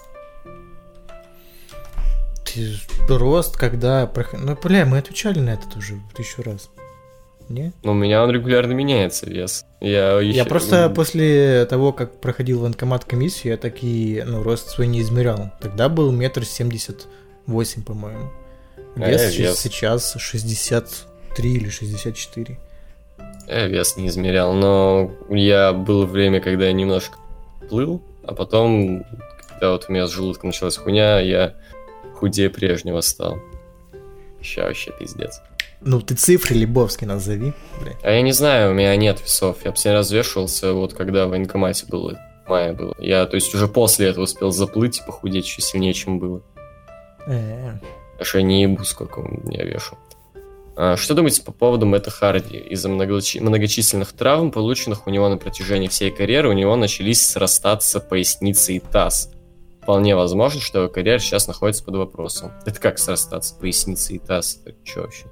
Рост, когда... Ну, бля, мы отвечали на это уже 1000 раз. Не? Ну, у меня он регулярно меняется, вес. Я просто после того, как проходил военкомат комиссию, я такие, рост свой не измерял. Тогда был 1,78 м, по-моему. Вес сейчас 63 или 64. Я вес не измерял, но я было время, когда я немножко плыл, а потом, когда вот у меня с желудком началась хуйня, я худее прежнего стал. Ща вообще пиздец. Ну, ты цифры Лебовский назови, бля. А я не знаю, у меня нет весов. Я последний раз взвешивался, вот когда в военкомате было, в мае было. Я, то есть, уже после этого успел заплыть и похудеть еще сильнее, чем было. Потому что я не ебу, сколько я вешу. Что думаете по поводу Мэтта Харди? Из-за многочисленных травм, полученных у него на протяжении всей карьеры, у него начались срастаться поясница и таз. Вполне возможно, что его карьера сейчас находится под вопросом. Это как срастаться поясница и таз? Это что вообще?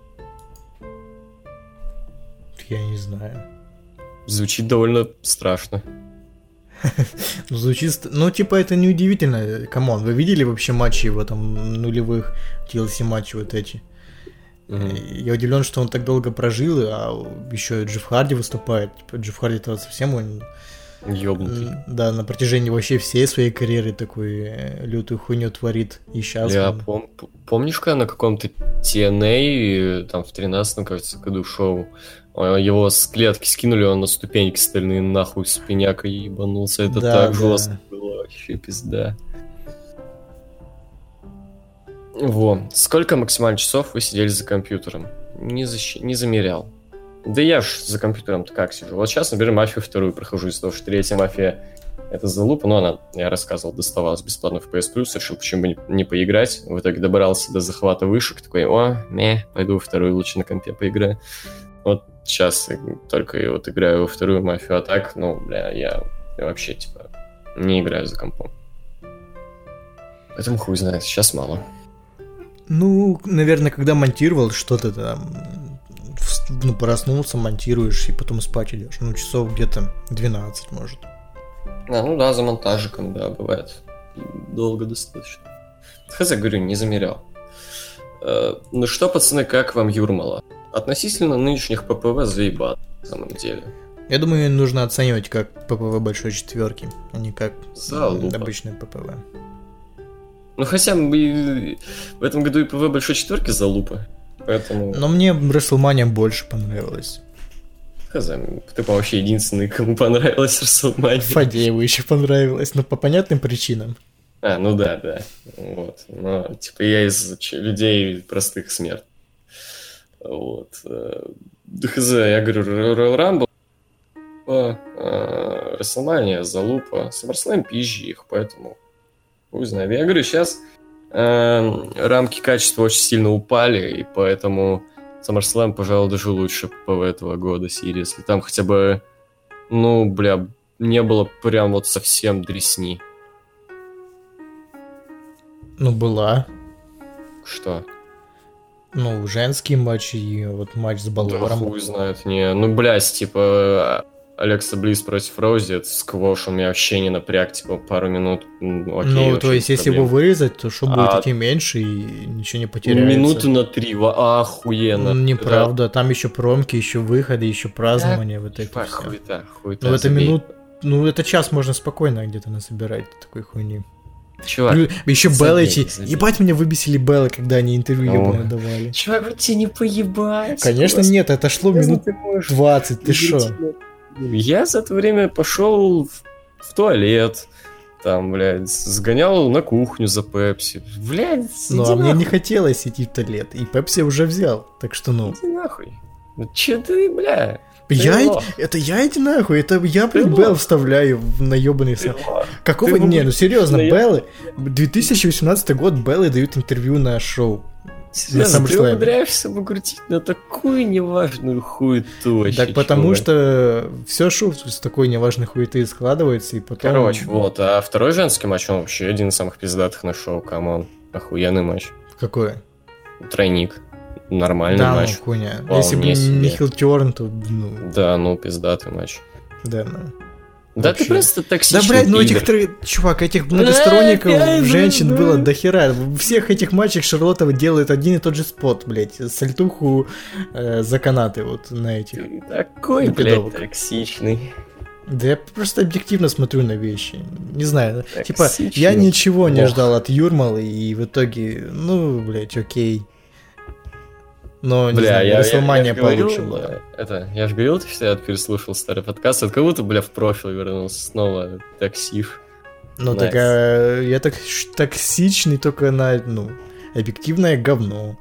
Я не знаю. Звучит довольно страшно. Звучит... Ну, типа, это неудивительно. Камон, вы видели вообще матчи его там нулевых TLC матчи вот эти? Я удивлен, что он так долго прожил, а еще Джефф Харди выступает. Типа, Джефф Харди-то совсем он... Ёбнутый. Да, на протяжении вообще всей своей карьеры такой лютую хуйню творит. И сейчас... Я помнишь, когда на каком-то TNA, там в 13-м, кажется, году шоу, его с клетки скинули, он на ступеньки стальные нахуй с пенякой ебанулся. Это так жестко было, вообще пизда. Во. Сколько максимально часов вы сидели за компьютером? Не замерял. Да я ж за компьютером-то как сижу. Вот сейчас, например, мафию 2 прохожу из того, что 3-я мафия это залупа, но она, я рассказывал, доставалась бесплатно в PS Plus, решил почему бы не поиграть. В итоге добрался до захвата вышек, такой, пойду во 2-ю лучше на компе поиграю. Вот сейчас только вот играю во 2-ю мафию, а так, я вообще, типа, не играю за компом. Поэтому хуй знает, сейчас мало. Ну, наверное, когда монтировал что-то там, проснулся, монтируешь и потом спать идешь. Часов где-то 12, может. За монтажиком, да, бывает. Долго достаточно. Хз, говорю, не замерял. Ну что, пацаны, как вам Юрмала? Относительно нынешних ППВ заебат, на самом деле. Я думаю, нужно оценивать как ППВ большой четверки, а не как Залупа. обычное ППВ. Ну хотя в этом году и ПВ большой четверки залупа, поэтому... Но мне WrestleMania больше понравилась. Хз, ты, по вообще единственный, кому понравилась WrestleMania. Фадееву еще понравилось, но по понятным причинам. Ну да. Вот. Но, типа, я из людей простых смертных. Вот. Хз, я говорю, Royal Rumble, WrestleMania, залупа, SummerSlam пизжи их, поэтому хуй знает. Я говорю, сейчас рамки качества очень сильно упали, и поэтому SummerSlam, пожалуй, даже лучше ПВ этого года, если там хотя бы, не было прям вот совсем дресни. Ну, была. Что? Ну, женский матч и вот матч с Балором. Да хуй знает, не. Типа, Алекса Близ против Роузи, это сквош, он меня вообще не напряг, типа, пару минут, окей. То есть, если его вырезать, то шоу будет идти меньше и ничего не потеряется. Минуты на 3, охуенно. Неправда, там еще промки, еще выходы, еще празднования, вот это все. Хуйта. Ну, это минут... Ну, это час можно спокойно где-то насобирать такой хуйни. Чувак, еще Беллы эти... Ебать, меня выбесили Беллы, когда они интервью ебаное давали. Чувак, вы тебе не поебать. Конечно нет, это шло минут 20, ты шо? Я за это время пошел в туалет, там, блядь, сгонял на кухню за Пепси. Блядь, Ну, а мне не хотелось идти в туалет, и Пепси уже взял, так что Иди нахуй. Ну, че ты, бля? Это я иди нахуй, это я, блин, Белл вставляю на ёбаный сам. Какого? Не, ну серьезно, Беллы, 2018 год Беллы дают интервью на шоу. Серьезно, ты умудряешься покрутить на такую неважную хуету. Так потому что все шоу с такой неважной хуеты складывается, и потом... Короче, вот, а второй женский матч, он вообще один из самых пиздатых на шоу, камон. Охуенный матч. Какой? Тройник. Нормальный матч. Да, хуйня. Если бы не Хилл Терн, то, Да, пиздатый матч. Да, Да вообще. Ты просто токсичный. Да, блядь, чувак, этих многосторонников женщин было дохера. В всех этих матчах Шарлоттова делает один и тот же спот, блядь, сальтуху за канаты вот на этих. Ты такой, блядь, токсичный. Да я просто объективно смотрю на вещи. Не знаю, типа, я ничего не ждал от Юрмалы, и в итоге, блядь, окей. Но, не знаю, WrestleMania получше была. Я же говорил, что я переслушал старый подкаст, от кого-то, бля, в профиль вернулся снова, токсив. Так я токсичный только на, объективное говно.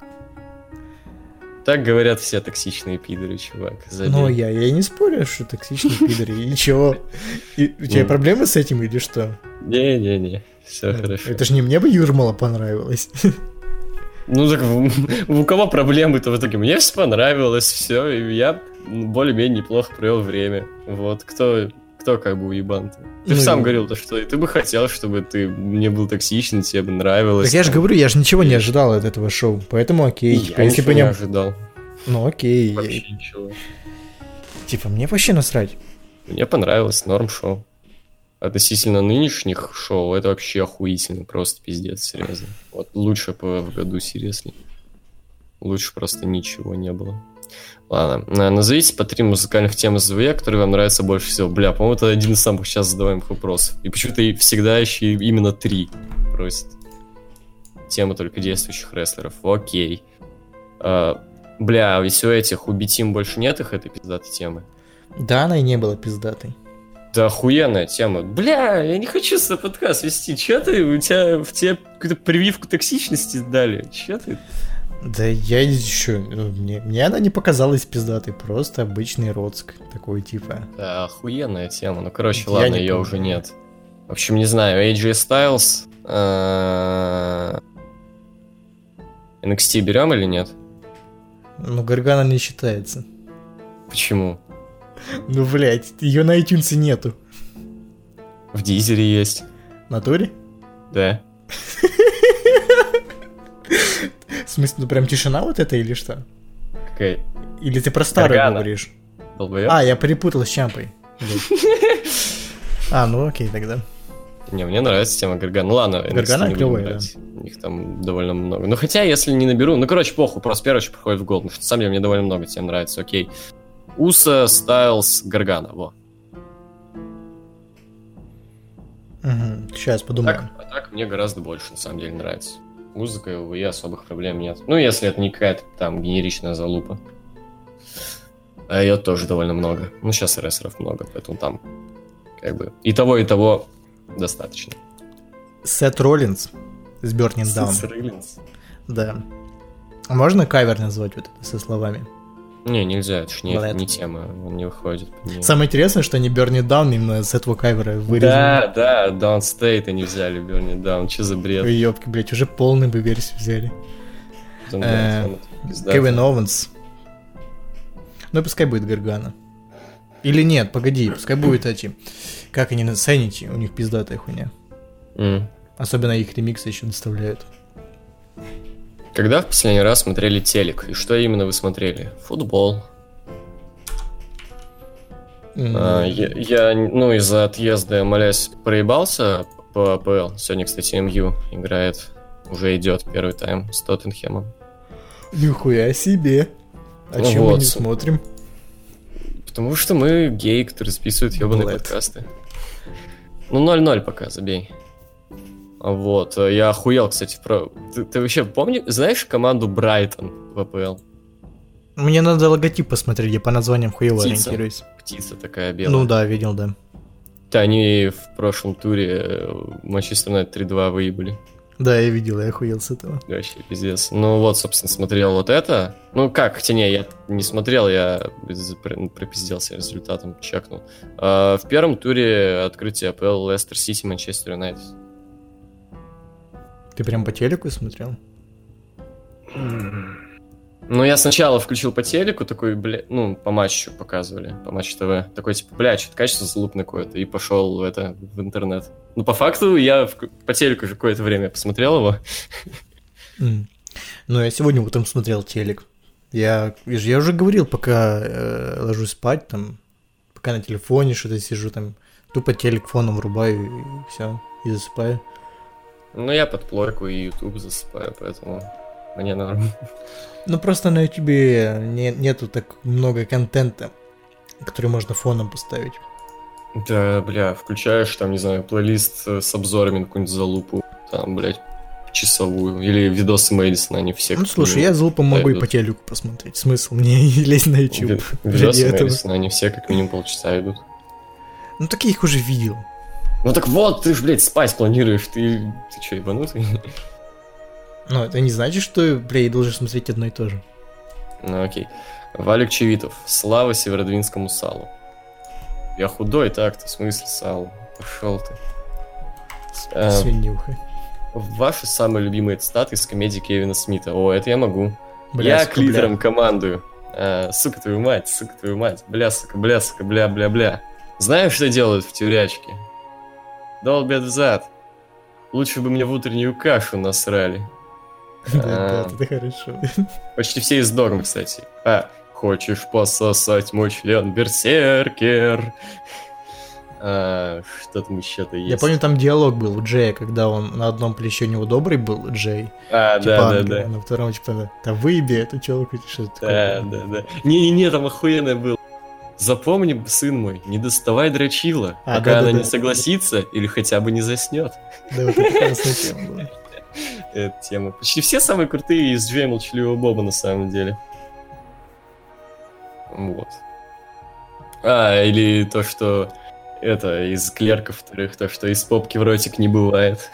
Так говорят все токсичные пидоры, чувак. Ну, я не спорю, что токсичные пидоры, и чего? У тебя проблемы с этим или что? Не, все хорошо. Это же не мне бы Юрмала понравилось. Так у кого проблемы-то в итоге? Мне все понравилось, все, и я более-менее неплохо провел время. Вот, кто как бы уебан-то? Ты же сам говорил, что ты бы хотел, чтобы ты не был токсичен, тебе бы нравилось. Так я же говорю, я же ничего не ожидал от этого шоу, поэтому окей. Я ничего не ожидал. Окей. Вообще ничего. Типа, мне вообще насрать. Мне понравилось, норм шоу. Относительно нынешних шоу, это вообще охуительно, просто пиздец, серьезно. Вот лучше в году, серьезно. Лучше просто ничего не было. Ладно, назовите по 3 музыкальных темы ЗВЕ, которые вам нравятся больше всего. Бля, по-моему, это один из самых сейчас задаваемых вопросов. И почему-то всегда еще именно 3 просят. Темы только действующих рестлеров. Окей. Бля, ведь у этих, у B-Team больше нет их этой пиздатой темы? Да, она и не была пиздатой. Да охуенная тема. Бля, я не хочу свой подкаст вести. Че ты? В тебе какую-то прививку токсичности дали. Че ты? Да я еще... Мне она не показалась пиздатой. Просто обычный Роцк. Такой типа. Да, охуенная тема. Ну, короче, ладно, ее уже нет. В общем, не знаю. AJ Styles... NXT берем или нет? Гаргана не считается. Почему? Блять, ее на iTunes нету. В Дизере есть. В натуре? Да. В смысле, прям тишина вот это или что? Какая? Или ты про старую говоришь? Долбоёб? Я перепутал с Чампой. Окей тогда. Не, мне нравится тема Гаргана. Ну ладно, Гаргана NXT не будем клевая, брать. У них там довольно много. Ну хотя, если не наберу... Ну, короче, похуй, просто первый еще приходит в голову. Потому что, на самом деле, мне довольно много тем нравится. Окей. Уса, Стайлз, Гаргана. Во. Сейчас подумаем. Так мне гораздо больше, на самом деле, нравится. Музыка и ОВЕ особых проблем нет. Ну, если это не какая-то там генеричная залупа. А ее тоже довольно много. Ну, сейчас рестлеров много, поэтому там как бы и того достаточно. Сет Роллинс с Burning Down. Сет Роллинс? Да. А можно кавер назвать вот это со словами? Не, нельзя, это ж не тема, он не выходит. Самое интересное, что они Burning Down именно с этого кавера вырезали. Да, Downstate они взяли, Burning Down, что за бред? Ой, ёпки, блять, уже полную бы версию взяли. Кевин Оуэнс. Ну, пускай будет Гаргана. Или нет, погоди, пускай будет эти... Как они на Sanity, у них пиздатая хуйня. Особенно их ремиксы еще доставляют. Когда в последний раз смотрели телек? И что именно вы смотрели? Футбол. Я, ну, из-за отъезда, молясь, проебался по АПЛ. Сегодня, кстати, МЮ играет. Уже идет первый тайм с Тоттенхэмом. Нихуя себе. А чем мы не смотрим? Потому что мы геи, которые записывают ебаные подкасты. Ну, 0-0 пока, забей. Вот, я охуел, кстати, про... Ты вообще помнишь, знаешь команду Брайтон в АПЛ? Мне надо логотип посмотреть, я по названиям хуево ориентируюсь. Птица такая белая. Ну да, видел, да. Да, они в прошлом туре Манчестер Юнайтед 3-2 выебали. Да, я видел, я охуел с этого. Вообще пиздец. Ну вот, собственно, смотрел вот это. Ну как, хотя не, я не смотрел, я пропизделся результатом, чекнул. В первом туре открытие АПЛ Лестер Сити, Манчестер Юнайтед. Ты прям по телеку смотрел? Ну, я сначала включил по телеку, такой, бля, ну, по матчу показывали, по Матч ТВ. Такой, типа, бля, что-то качество залупное какое-то, и пошел в интернет. Ну, по факту, я по телеку уже какое-то время посмотрел его. Ну, я сегодня утром смотрел телек. Я уже говорил, пока ложусь спать, там, пока на телефоне что-то сижу, там, тупо телек фоном врубаю, и все, и засыпаю. Ну, я под плойку и YouTube засыпаю, поэтому мне норм. Ну, просто на YouTube нету так много контента, который можно фоном поставить. Да, бля, включаешь, там, не знаю, плейлист с обзорами на какую-нибудь залупу, там, блядь, часовую, или видосы Мэдисона, они все... Ну, слушай, я залупу могу и по телеку посмотреть, смысл мне лезть на YouTube. Видосы Мэдисона, они все как минимум полчаса идут. Ну, так я их уже видел. Ну так вот, ты ж, блядь, спать планируешь, ты чё, ебанутый? Ну, это не значит, что, блядь, должен смотреть одно и то же. Ну окей. Валик Чевитов. Слава северодвинскому салу. Я худой так-то, в смысле сал? Пошел ты. Свинюха. Ваши самые любимые цитаты из комедии Кевина Смита. О, это я могу. Бля, я сука, клитором бля. командую. Сука твою мать, бля, сука, бля. Знаешь, что делают в тюрячке? Долбят в зад. Лучше бы мне в утреннюю кашу насрали. Да, это хорошо. Почти все из норм, кстати. Хочешь пососать мой член, берсеркер? Что там еще-то есть? Я помню, там диалог был у Джея, когда он на одном плече у него добрый был, Джей. Да. А на втором, типа, да выеби эту челку, что-то такое. Да. Не, там охуенное было. Запомни, сын мой, не доставай дрочила, пока она не согласится или хотя бы не заснет. Да, вот это классная тема была. Эта тема. Почти все самые крутые из Джея Молчаливого Боба, на самом деле. Вот. Или то, что это из клерков вторых, то, что из попки в ротик не бывает.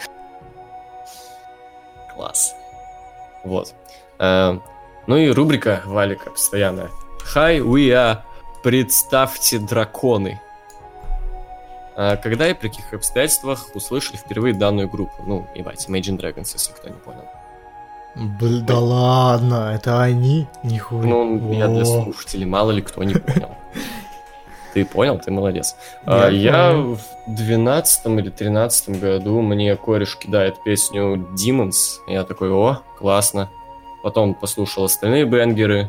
Класс. Вот. Ну и рубрика Валика постоянная. Hi, we are... Представьте драконы. Когда и при каких обстоятельствах услышали впервые данную группу? Ну, ебать, Imagine Dragons, если кто не понял. Блин, да ладно, это они? Нихуя. Ну, я для слушателей, мало ли кто не понял. Ты понял? Ты молодец. Я в 12 или 13 году мне кореш кидает песню Demons. Я такой, о, классно. Потом послушал остальные бенгеры.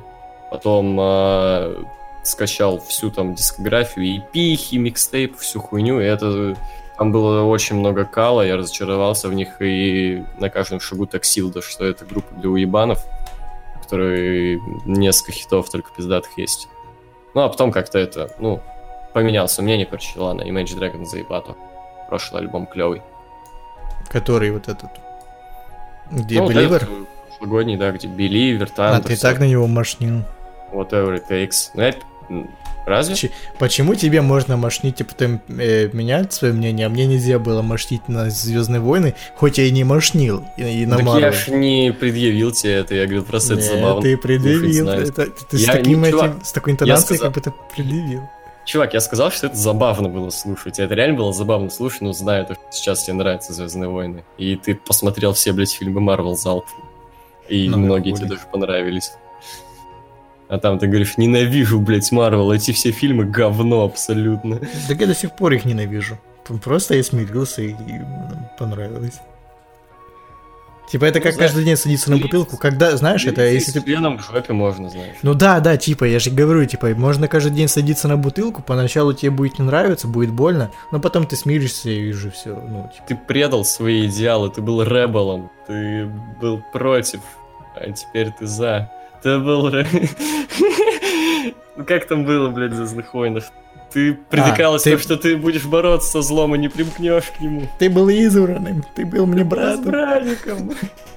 Потом скачал всю там дискографию, эпихи, микстейп, всю хуйню. И это Там было очень много кала, я разочаровался в них и на каждом шагу таксил, да, что это группа для уебанов, у которой несколько хитов только пиздатых есть. Ну, а потом как-то это, поменялся мнение, короче, ладно, Imagine Dragons заебато. Прошлый альбом клевый. Который вот этот... Где вот Believer? этот прошлогодний, да, где Believer, А там... ты так на него мошнил. Whatever it takes. Ну, это... Разве? Почему тебе можно мошнить и потом менять свое мнение, а мне нельзя было мошнить на Звездные войны, хоть я и не мошнил, и на Так Marvel. я ж не предъявил тебе это, я говорю, просто это забавно. Ты предъявил, ты с таким с такой интонацией как будто предъявил. Чувак, я сказал, что это забавно было слушать. Это реально было забавно слушать, но знаю, что сейчас тебе нравятся Звездные войны. И ты посмотрел все, блядь, фильмы Marvel залпом. И многие тебе даже понравились. А там ты говоришь, ненавижу, блядь, Марвел, эти все фильмы говно абсолютно. Так я до сих пор их ненавижу. Просто я смирился и понравилось. Типа это как каждый день садиться на бутылку, когда, знаешь, это если ты... С членом в жопе можно, знаешь. Ну да, типа, я же говорю, типа, можно каждый день садиться на бутылку, поначалу тебе будет не нравиться, будет больно, но потом ты смиришься и уже все, типа. Ты предал свои идеалы, ты был ребелом, ты был против, а теперь ты за... Ты был... Ну как там было, блядь, в «Звездных войнах»? Ты притыкался, что ты будешь бороться со злом и не примкнешь к нему. Ты был избранным, ты был мне братом. Избранником.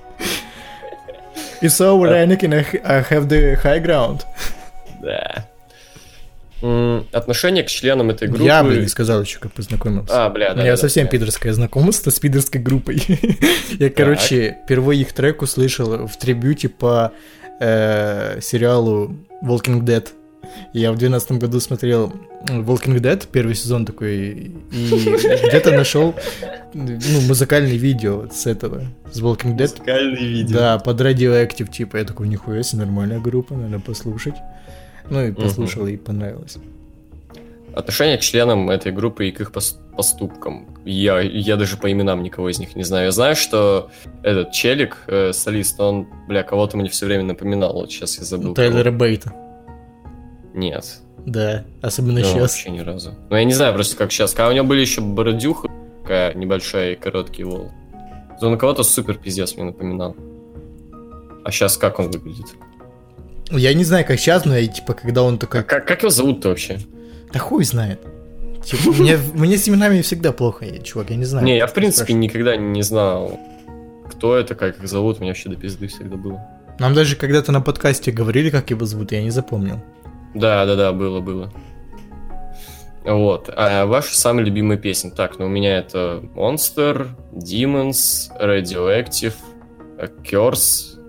И so, Anakin, I have the high ground. Да. Отношение к членам этой группы... Я бы не сказал еще, как познакомился. Бля, да. У меня совсем пидорское знакомство с пидорской группой. Я, короче, впервые их трек услышал в трибьюте по сериалу Walking Dead. Я в 2012 году смотрел Walking Dead, первый сезон такой, и где-то нашел музыкальное видео с этого, с Walking Dead. Музыкальное видео. Да, под Radioactive, типа, я такой, нихуя себе, нормальная группа, надо послушать. Ну и послушал, и понравилось. Отношение к членам этой группы и к их поступкам. Я даже по именам никого из них не знаю. Я знаю, что этот челик, солист, он, кого-то мне все время напоминал. Вот сейчас я забыл. Тайлера Бейта. Нет. Да, особенно сейчас. Вообще ни разу. Ну, я не знаю просто, как сейчас. Когда у него были еще бородюха, такая небольшая и короткий волос. Он на кого-то супер пиздец мне напоминал. А сейчас как он выглядит? Я не знаю, как сейчас, но типа, когда он такой... Как его зовут-то вообще? Да хуй знает. Типа, мне с именами всегда плохо, чувак, я не знаю. Не, я в принципе никогда не знал, кто это, как их зовут. У меня вообще до пизды всегда было. Нам даже когда-то на подкасте говорили, как его зовут, я не запомнил. Да, было. Вот. А ваши самые любимые песни? Так, у меня это Monster, Demons, Radioactive, Curse,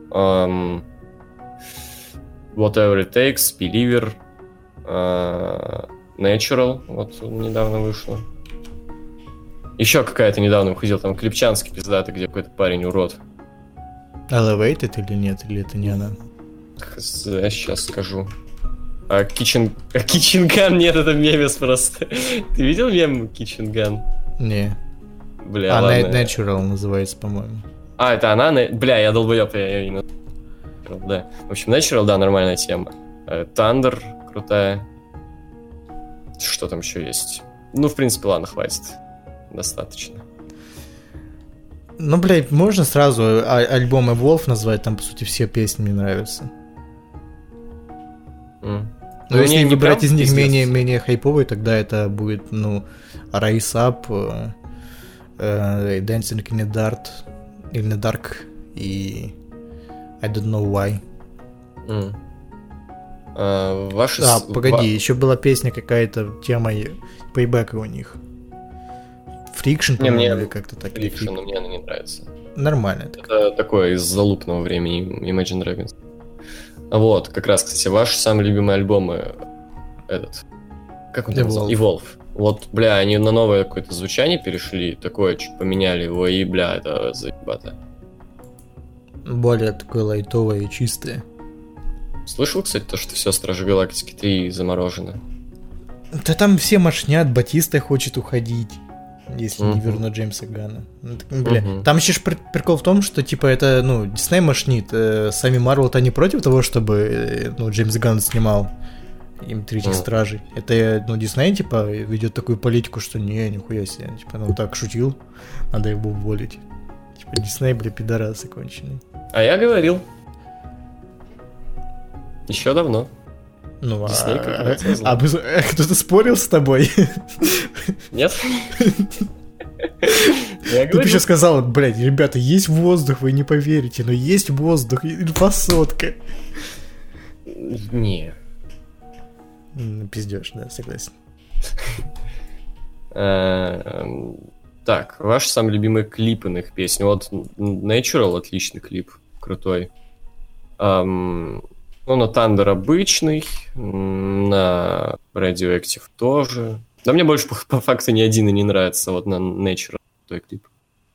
Whatever It Takes, Believer, Natural, вот недавно вышло. Еще какая-то недавно выходила, там Клипчанский пиздатый, где какой-то парень урод. Elevated или нет, или это не она? Я сейчас скажу. Kitchen Gun, нет, это мемес просто. Ты видел мем Kitchen Gun? Не. Бля, ладно. Natural называется, по-моему. Это она? Бля, я долбоёб, я ее не... Да. В общем, Natural, да, нормальная тема. Thunder, крутая. Что там еще есть? В принципе, ладно, хватит. Достаточно. Блядь, можно сразу альбом Evolve назвать, там, по сути, все песни мне нравятся. Но если не брать из них менее хайповые, тогда это будет, Rise Up, Dancing in the Dark и I Don't Know Why. Погоди, еще была песня какая-то, тема пейбэка у них. Friction, по-моему, или как-то так. Friction, но мне она не нравится. Нормально. Это такое из залупного времени Imagine Dragons. Вот, как раз, кстати, ваши самые любимые альбомы как он там назвал? Evolve. Вот, они на новое какое-то звучание перешли, такое чуть поменяли его, и, это заебато. Более такое лайтовое и чистое. Слышал, кстати, то, что все Стражи Галактики 3 заморожены? Да там все мошнят, Батиста хочет уходить, если не вернут Джеймса Ганна. Там еще прикол в том, что, типа, это, Дисней мошнит. Сами Марвел-то не против того, чтобы, Джеймс Ганн снимал им третьих стражей. Это, ну, Дисней, типа, ведет такую политику, что нихуя себе. Типа, ну, так шутил, надо его уволить. Типа, Дисней, бля, пидорасы конченые. А я говорил. Еще давно. Ну, Дисней как-то зло. кто-то спорил с тобой? Нет? Я Ты бы говорил. еще сказал, блядь, ребята, есть воздух, вы не поверите, но есть воздух, инфосотка. Не. Пиздешь, да, согласен. Так, ваши самые любимые клипы на их песни. Вот Natural отличный клип, крутой. Ну, на Thunder обычный, на Radioactive тоже. Да мне больше по факту ни один и не нравится, вот на Natural той клип.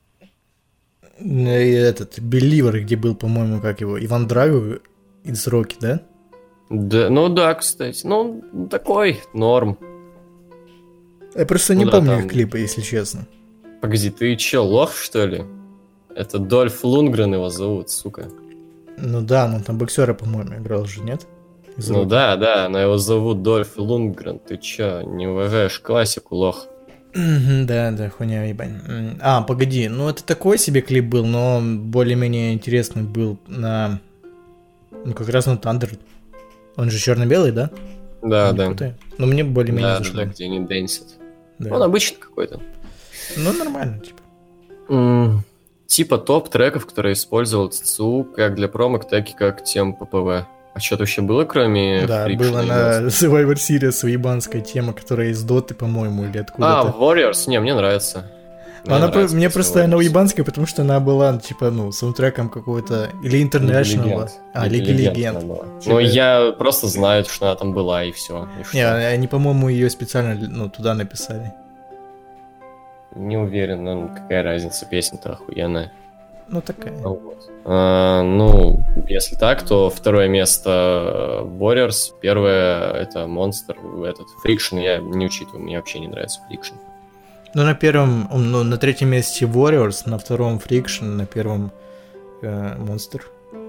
И этот, Believer, где был, по-моему, как его, Иван Драго из Роки, да? Да, ну да, кстати. Ну, такой, норм. Я просто не Ну да, помню там- их клипы, если честно. Погоди, ты че, лох, что ли? Это Дольф Лундгрен его зовут, сука. Ну да, но там боксера, по-моему, играл же, нет? Из Ну Роки. да, но его зовут Дольф Лундгрен. Ты че, не уважаешь классику, лох? Да, хуйня, ебань. Погоди, ну это такой себе клип был, но более-менее интересный был на... Ну как раз на Thunder. Он же черно-белый, да? Да, Они да. крутые. Но мне более-менее Да, зашло. да, где они дэнсят. Да. Он обычный какой-то. Ну нормально, типа. Типа топ треков, которые использовал ЦЦУ как для промок, так и как тем ППВ. А что-то вообще было, кроме Да, Friction была и на Monster? Survivor Series уебанская тема, которая из Доты, по-моему, или А, откуда-то. Warriors? Не, мне нравится. Мне песня просто она Warriors. уебанская, потому что она была, типа, ну, саундтреком какого-то... Или Лига International. Легенд. Лиги Легенд Легенд. она была. Типа- Ну, я просто знаю, что она там была, и все. Не, они, по-моему, ее специально, ну, туда написали. Не уверен, ну, какая разница, песня-то охуенная. Ну, такая. Ну, вот. Ну, если так, то второе место Warriors, первое это Monster, этот Friction я не учитываю, мне вообще не нравится Friction. Ну, на третьем месте Warriors, на втором Friction, на первом Monster.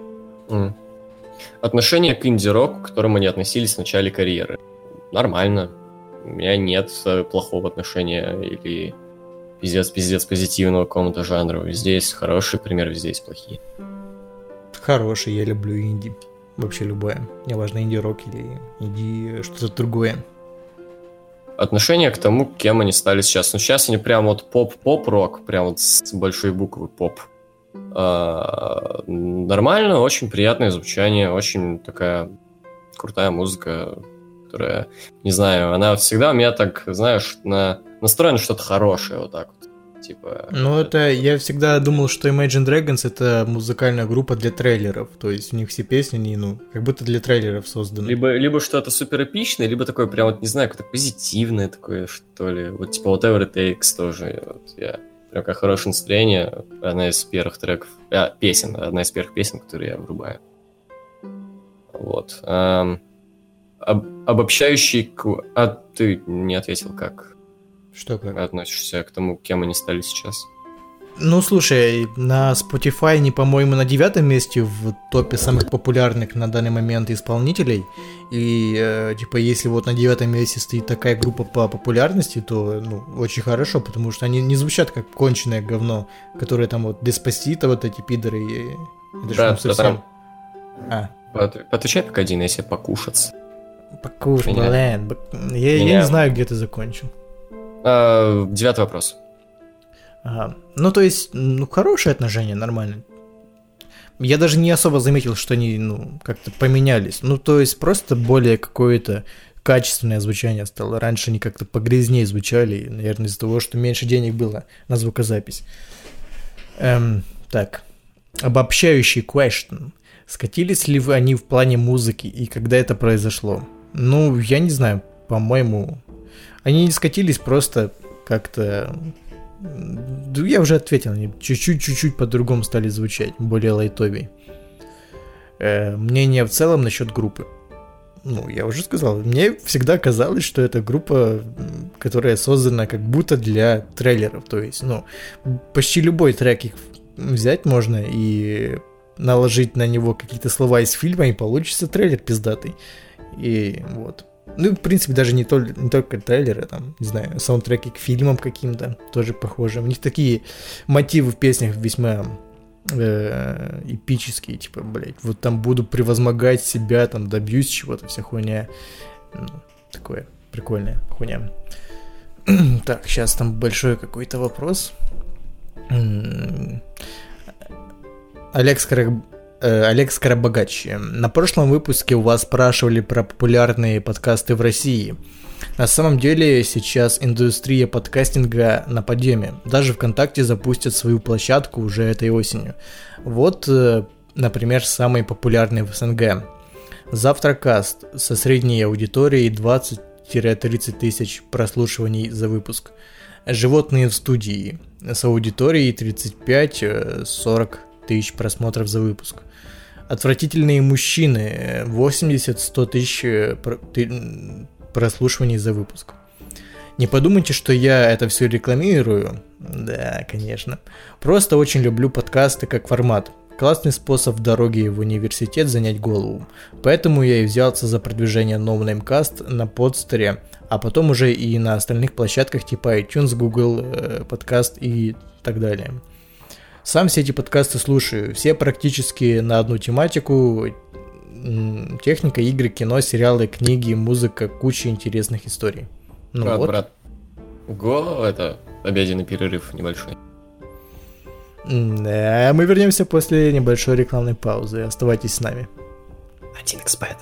Отношение к инди-року, к которому они относились в начале карьеры. Нормально. У меня нет плохого отношения или пиздец позитивного к какому-то жанру. Везде есть хорошие примеры, везде есть плохие. Хороший, я люблю инди. Вообще любое. Неважно, инди-рок или инди что-то другое. Отношение к тому, кем они стали сейчас. Ну, сейчас они прям вот поп-рок, прям вот с большой буквы поп. Нормально, очень приятное звучание, очень такая крутая музыка, которая, не знаю, она всегда у меня так, знаешь, настроена что-то хорошее, вот так вот. Типа... Ну, это я всегда думал, что Imagine Dragons это музыкальная группа для трейлеров. То есть у них все песни, они, ну, как будто для трейлеров созданы. Либо что-то супер эпичное, либо такое прям, вот, не знаю, какое-то позитивное такое, что ли. Вот типа Whatever It Takes тоже. Вот, я прям как хорошее настроение. Одна из первых треков, песен, одна из первых песен, которые я врубаю. Вот. Обобщающий... А ты не ответил, как Что как? относишься к тому, кем они стали сейчас? Ну, слушай, на Spotify они, по-моему, на 9 месте в топе самых популярных на данный момент исполнителей. И, типа, если вот на 9 месте стоит такая группа по популярности, то, ну, очень хорошо, потому что они не звучат как конченое говно, которое там вот Деспасито, вот эти пидоры. И... Это ж, ну, совсем... Отвечай пока, Дина, если покушаться. Покушай, Меня- блин. Я не знаю, где ты закончил. 9 вопрос. Ага. Ну, то есть, ну, хорошие отношения, нормально. Я даже не особо заметил, что они, ну, как-то поменялись. Ну, то есть, просто более какое-то качественное звучание стало. Раньше они как-то погрязнее звучали, наверное, из-за того, что меньше денег было на звукозапись. Так. Обобщающий question. Скатились ли вы они в плане музыки и когда это произошло? Ну, я не знаю, по-моему... Они не скатились, просто как-то... Да я уже ответил, они чуть-чуть по-другому стали звучать, более лайтовей. Мнение в целом насчет группы. Ну, я уже сказал, мне всегда казалось, что это группа, которая создана как будто для трейлеров. То есть, ну, почти любой трек их взять можно и наложить на него какие-то слова из фильма, и получится трейлер пиздатый. И вот. Ну, в принципе, даже не только трейлеры, там, не знаю, саундтреки к фильмам каким-то тоже похожи. У них такие мотивы в песнях весьма эпические, типа, блядь, вот там буду превозмогать себя, там, добьюсь чего-то, вся хуйня. Ну, такое прикольная хуйня. Так, сейчас там большой какой-то вопрос. Олег Скоробогач. На прошлом выпуске у вас спрашивали про популярные подкасты в России. На самом деле сейчас индустрия подкастинга на подъеме. Даже ВКонтакте запустят свою площадку уже этой осенью. Вот, например, самый популярный в СНГ. Завтракаст со средней аудиторией 20-30 тысяч прослушиваний за выпуск. Животные в студии с аудиторией 35-40 тысяч просмотров за выпуск. Отвратительные мужчины 80-100 тысяч прослушиваний за выпуск. Не подумайте, что я это все рекламирую. Да, конечно. Просто очень люблю подкасты как формат. Классный способ в дороге в университет занять голову. Поэтому я и взялся за продвижение No Namecast на подстере, а потом уже и на остальных площадках типа iTunes, Google подкаст и так далее. Сам все эти подкасты слушаю. Все практически на одну тематику. Техника, игры, кино, сериалы, книги, музыка, куча интересных историй. Ну брат. Го, это обеденный перерыв небольшой. Да, мы вернемся после небольшой рекламной паузы. Оставайтесь с нами. 1xbet.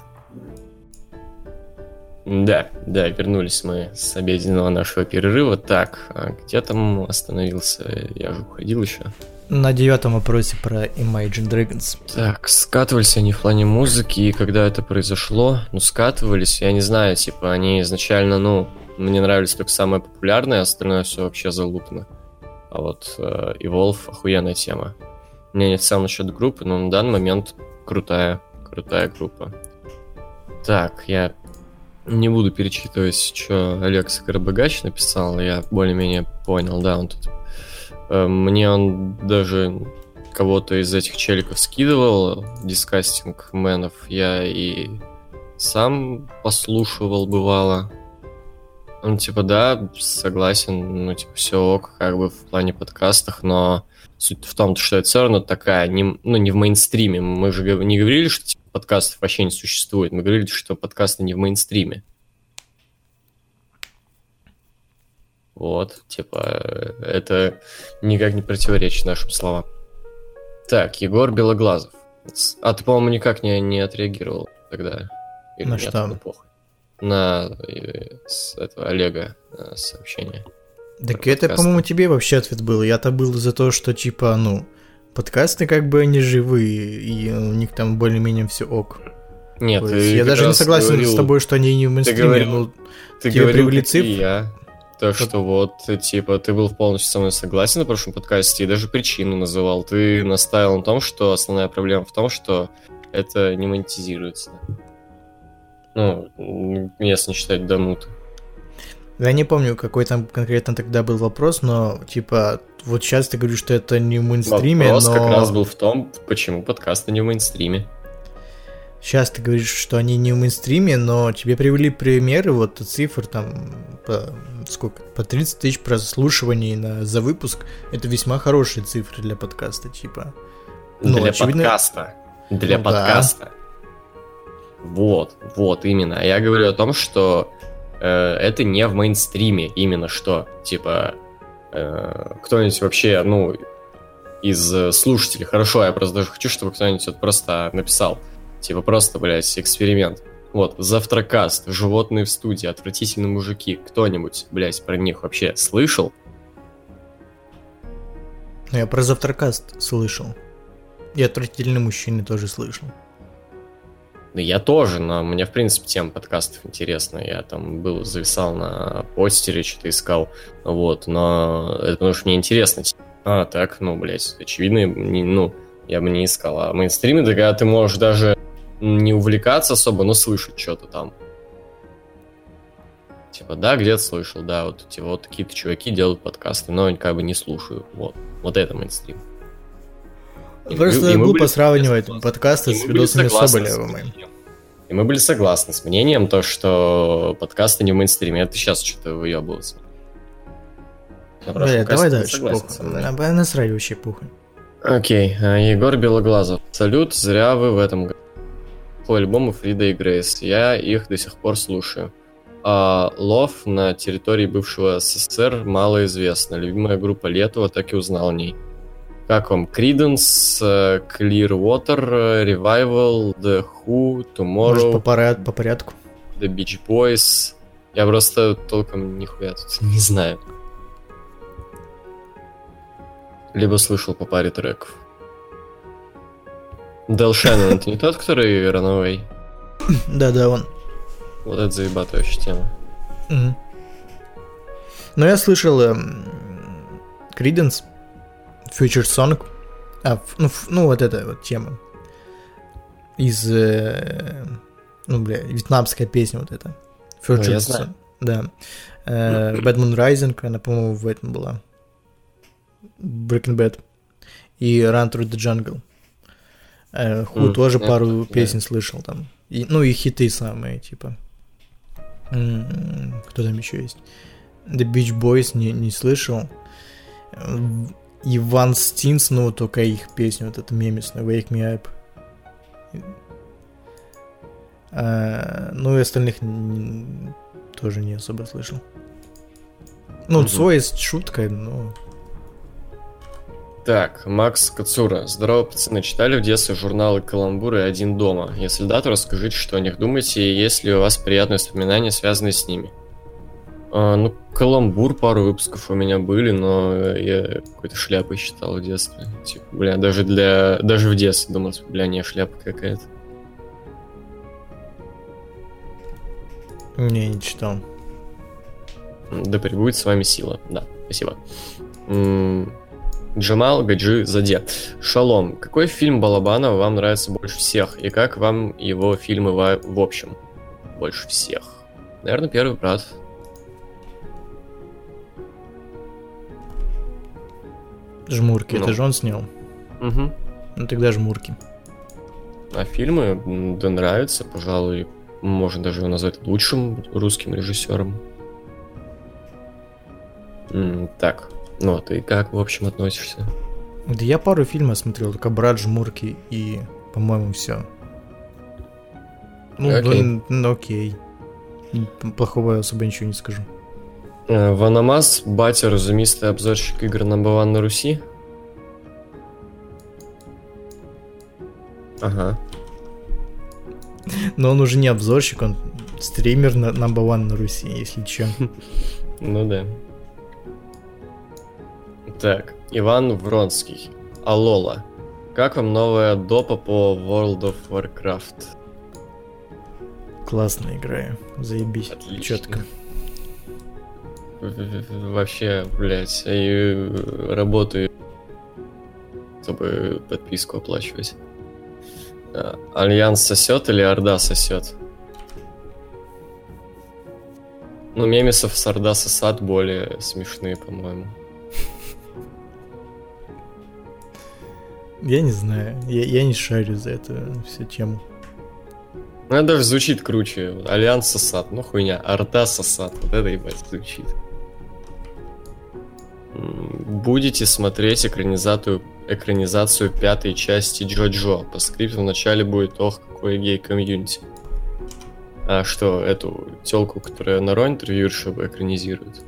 Да, вернулись мы с обеденного нашего перерыва. Так, где там остановился? Я же уходил еще. На 9-м вопросе про Imagine Dragons. Так, скатывались они в плане музыки, и когда это произошло, скатывались, я не знаю, типа, они изначально, мне нравились только самые популярные, остальное все вообще залупно. А вот Evolve охуенная тема. У меня нет сам насчет группы, но на данный момент крутая группа. Так, я не буду перечитывать, что Олег Скоробогач написал, я более-менее понял, да, он тут... Мне он даже кого-то из этих челиков скидывал, дискастинг-менов, я и сам послушивал, бывало. Да, согласен, все ок, как бы в плане подкастах, но суть в том, что это все равно такая, не в мейнстриме. Мы же не говорили, что подкастов вообще не существует, мы говорили, что подкасты не в мейнстриме. Вот, это никак не противоречит нашим словам. Так, Егор Белоглазов. А ты, по-моему, никак не отреагировал тогда. Или на нет, что? Похуй. На с этого Олега сообщение. Так это, по-моему, тебе вообще ответ был. Я-то был за то, что, подкасты как бы они живые, и у них там более-менее все ок. Нет, я даже не согласен с тобой, что они не в мейнстриме. Ты говорил, и я. То, что ты был полностью со мной согласен на прошлом подкасте, и даже причину называл. Ты настаивал на том, что основная проблема в том, что это не монетизируется. Если не считать Данута. Я не помню, какой там конкретно тогда был вопрос, но, вот сейчас ты говоришь, что это не в мейнстриме, вопрос как раз был в том, почему подкасты не в мейнстриме. Сейчас ты говоришь, что они не в мейнстриме, но тебе привели примеры, цифр там по 30 тысяч прослушиваний за выпуск. Это весьма хорошие цифры для подкаста, Для подкаста. Для подкаста. Да. Вот именно. Я говорю о том, что это не в мейнстриме, именно что, кто-нибудь вообще, из слушателей, хорошо, я просто даже хочу, чтобы кто-нибудь просто написал, просто, блядь, эксперимент. Завтракаст, животные в студии, отвратительные мужики, кто-нибудь, блядь, про них вообще слышал? Я про Завтракаст слышал. И отвратительные мужчины тоже слышал. Да я тоже, но мне, в принципе, тема подкастов интересна. Я там зависал на постере, что-то искал, но это потому что мне интересно. Блядь, очевидно, я бы не искал. А мейнстриме, когда ты можешь даже не увлекаться особо, но слышать что-то там. Да, где-то слышал, да, вот такие-то чуваки делают подкасты, но как бы не слушаю. Вот это мейнстрим. Просто глупо сравнивать подкасты с видосами Соболевым. И мы были согласны с мнением, то, что подкасты не в мейнстриме. Это сейчас что-то выебываться. Давай дальше, похуй. Насрать вообще, похуй. Окей, Егор Белоглазов. Салют, зря вы в этом году. По альбому Фрида и Грейс. Я их до сих пор слушаю. Лов на территории бывшего СССР мало известно. Любимая группа Летова, так и узнал о ней. Как вам? Creedence, Clearwater, Revival, The Who, Tomorrow. Может, по порядку? The Beach Boys. Я просто толком нихуя тут не знаю. Либо слышал по паре треков. Дэл Шеннон, это не тот, который Runaway? Да, он. Вот это заебатая вообще тема. Ну, я слышал Creedence, Future Song. Вот эта вот тема. Из, вьетнамская песня вот эта. Future Song. Да. Bad Moon Rising, она, по-моему, в этом была. Breaking Bad. И Run Through the Jungle. Who тоже пару песен слышал там. И хиты самые, типа. Кто там еще есть? The Beach Boys не слышал. Иван Стинс, только их песню, вот эту мемесную, Wake Me Up. И остальных тоже не особо слышал. Цой с шуткой, но... Так, Макс Кацура. Здорово, пацаны. Читали в детстве журналы «Каламбур» и «Один дома»? Если да, то расскажите, что о них думаете, и есть ли у вас приятные воспоминания, связанные с ними. «Каламбур» пару выпусков у меня были, но я какой-то шляпой считал в детстве. Типа, даже в детстве думал, не, шляпа какая-то. Не читал. Да пребудет с вами сила. Да, спасибо. Джамал Гаджи Заде. Шалом. Какой фильм Балабанова вам нравится больше всех? И как вам его фильмы в общем больше всех? Наверное, «Первый брат». «Жмурки». Это же он снял? Угу. Тогда «Жмурки». А фильмы, да, нравятся, пожалуй. Можно даже его назвать лучшим русским режиссером. Так. Ты как, в общем, относишься? Да я пару фильмов смотрел, только «Брат», «Жмурки» и, по-моему, все. Окей. Плохого особо ничего не скажу. Ванамас, батя, разумистый обзорщик игр No. 1 на Руси. Ага. Но он уже не обзорщик, он стример No. 1 на Руси, если чё. Ну да. Так, Иван Вронский. Алола. Как вам новая допа по World of Warcraft? Классно играю. Заебись. Отлично. Чётко. Вообще, блядь, я работаю, чтобы подписку оплачивать. Альянс сосет или Орда сосет? Мемесов с Орда сосат более смешные, по-моему. Я не знаю, я не шарю за эту всю тему. Это даже звучит круче. Альянс сосат, хуйня. Орда сосат, вот это ебать звучит. Будете смотреть экранизацию 5-й части Джо-Джо. По скрипту вначале будет какой гей-комьюнити. А что, эту тёлку, которая на Ро интервьюершу экранизирует?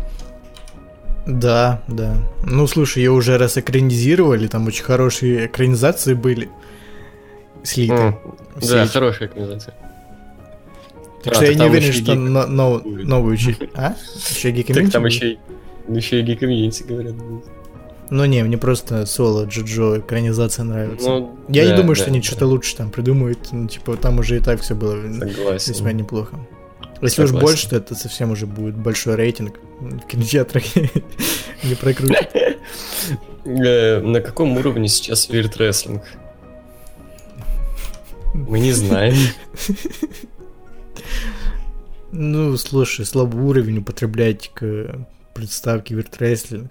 Да. Слушай, ее уже раз экранизировали, там очень хорошие экранизации были. Слиты. Да, хорошая экранизация. Так что я не уверен, что новую часть... Еще гей-комьюнити? Так там еще и гей-комьюнити, говорят, будет. Мне просто соло Джо-Джо экранизация нравится. Я не думаю, что они что-то лучше там придумают. Там уже и так все было весьма неплохо. Если уж больше, то это совсем уже будет большой рейтинг. В кинотеатрах не прокрутят. На каком уровне сейчас вирт-рестлинг? Мы не знаем. Слушай, слабый уровень употреблять к приставке вирт-рестлинг,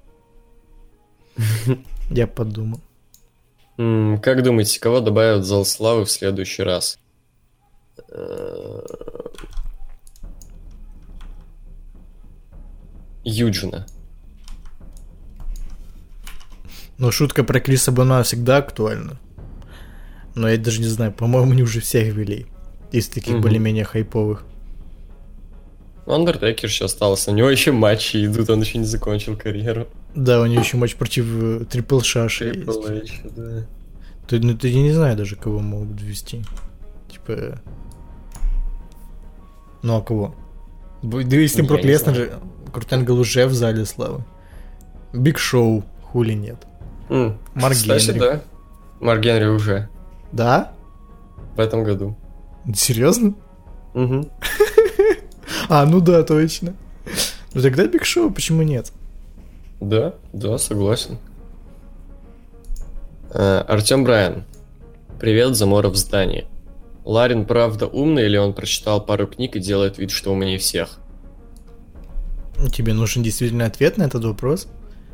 я подумал. Как думаете, кого добавят в Зал Славы в следующий раз? Юджина. Но шутка про Криса Бенуа всегда актуальна. Но я даже не знаю, по-моему, они уже всех ввели. Из таких более-менее хайповых. Андертекер сейчас остался. У него еще матчи идут, он еще не закончил карьеру. Да, у него еще матч против Трипл Шаши есть. Трипл Эйч, да. Ты я не знаю даже, кого могут ввести. Типа... Ну а кого? Дивись, там Брок Леснер же, Курт Энгл уже в зале славы. Биг Шоу, хули нет. Марк Кстати, Генри. да. Марк Генри уже. Да? В этом году. Серьезно? Угу. А, ну да, точно. Ну тогда Биг Шоу, почему нет? Да, согласен. Артем Брайан. Привет, Заморов в здании. Ларин правда умный или он прочитал пару книг и делает вид, что умнее всех? Тебе нужен действительно ответ на этот вопрос?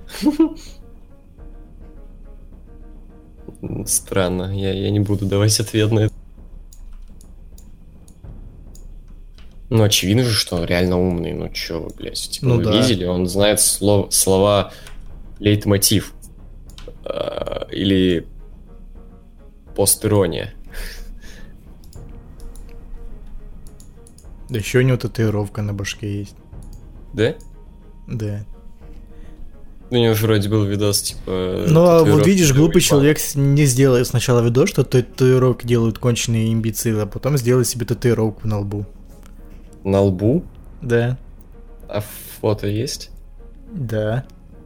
Странно, я не буду давать ответ на это. Ну, очевидно же, что он реально умный. Ну, чё вы, блядь, типа, Ну вы да. видели? Он знает слова лейтмотив. Или постирония. Да еще у него татуировка на башке есть. Да? Да. У него же вроде был видос, типа... Ну, а вот татуировки видишь, для глупый уебана. человек не сделает сначала видос, что татуировки делают конченые имбецилы, а потом сделает себе татуировку на лбу. На лбу? Да. А фото есть? Да.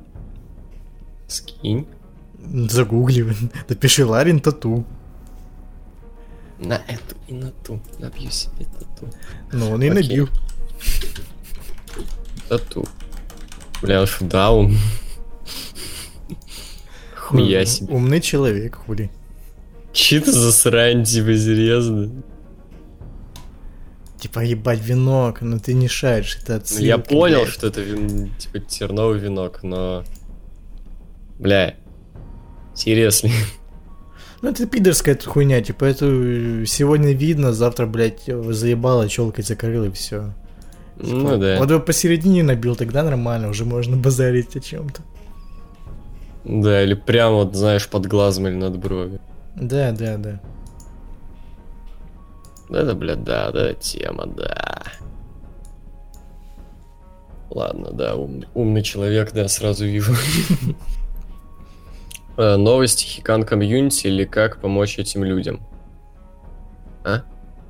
Скинь. Загугли, напиши Ларин тату. На эту и на ту. Набью себе тату. Ну, он и Окей. набил. Тату. Бля, уж даун. Хуя себе. Умный человек, хули. Че это за срань, типа, серьезно? Типа, ебать, венок, но ты не шаришь, это Ну, отсылка, я понял, блядь. что это типа терновый венок, но... Бля. Серьезно. Ну, это пидорская эта хуйня, типа, это сегодня видно, завтра, блядь, заебало, челкой закрыл и все. Ну да. Вот бы посередине набил, тогда нормально, уже можно базарить о чем-то. Да, или прям вот, знаешь, под глазом или над бровью. Да, да, да. Это, блядь, да, тема, да. Ладно, да, умный человек, да, сразу вижу. Новости Хикан комьюнити или как помочь этим людям? А?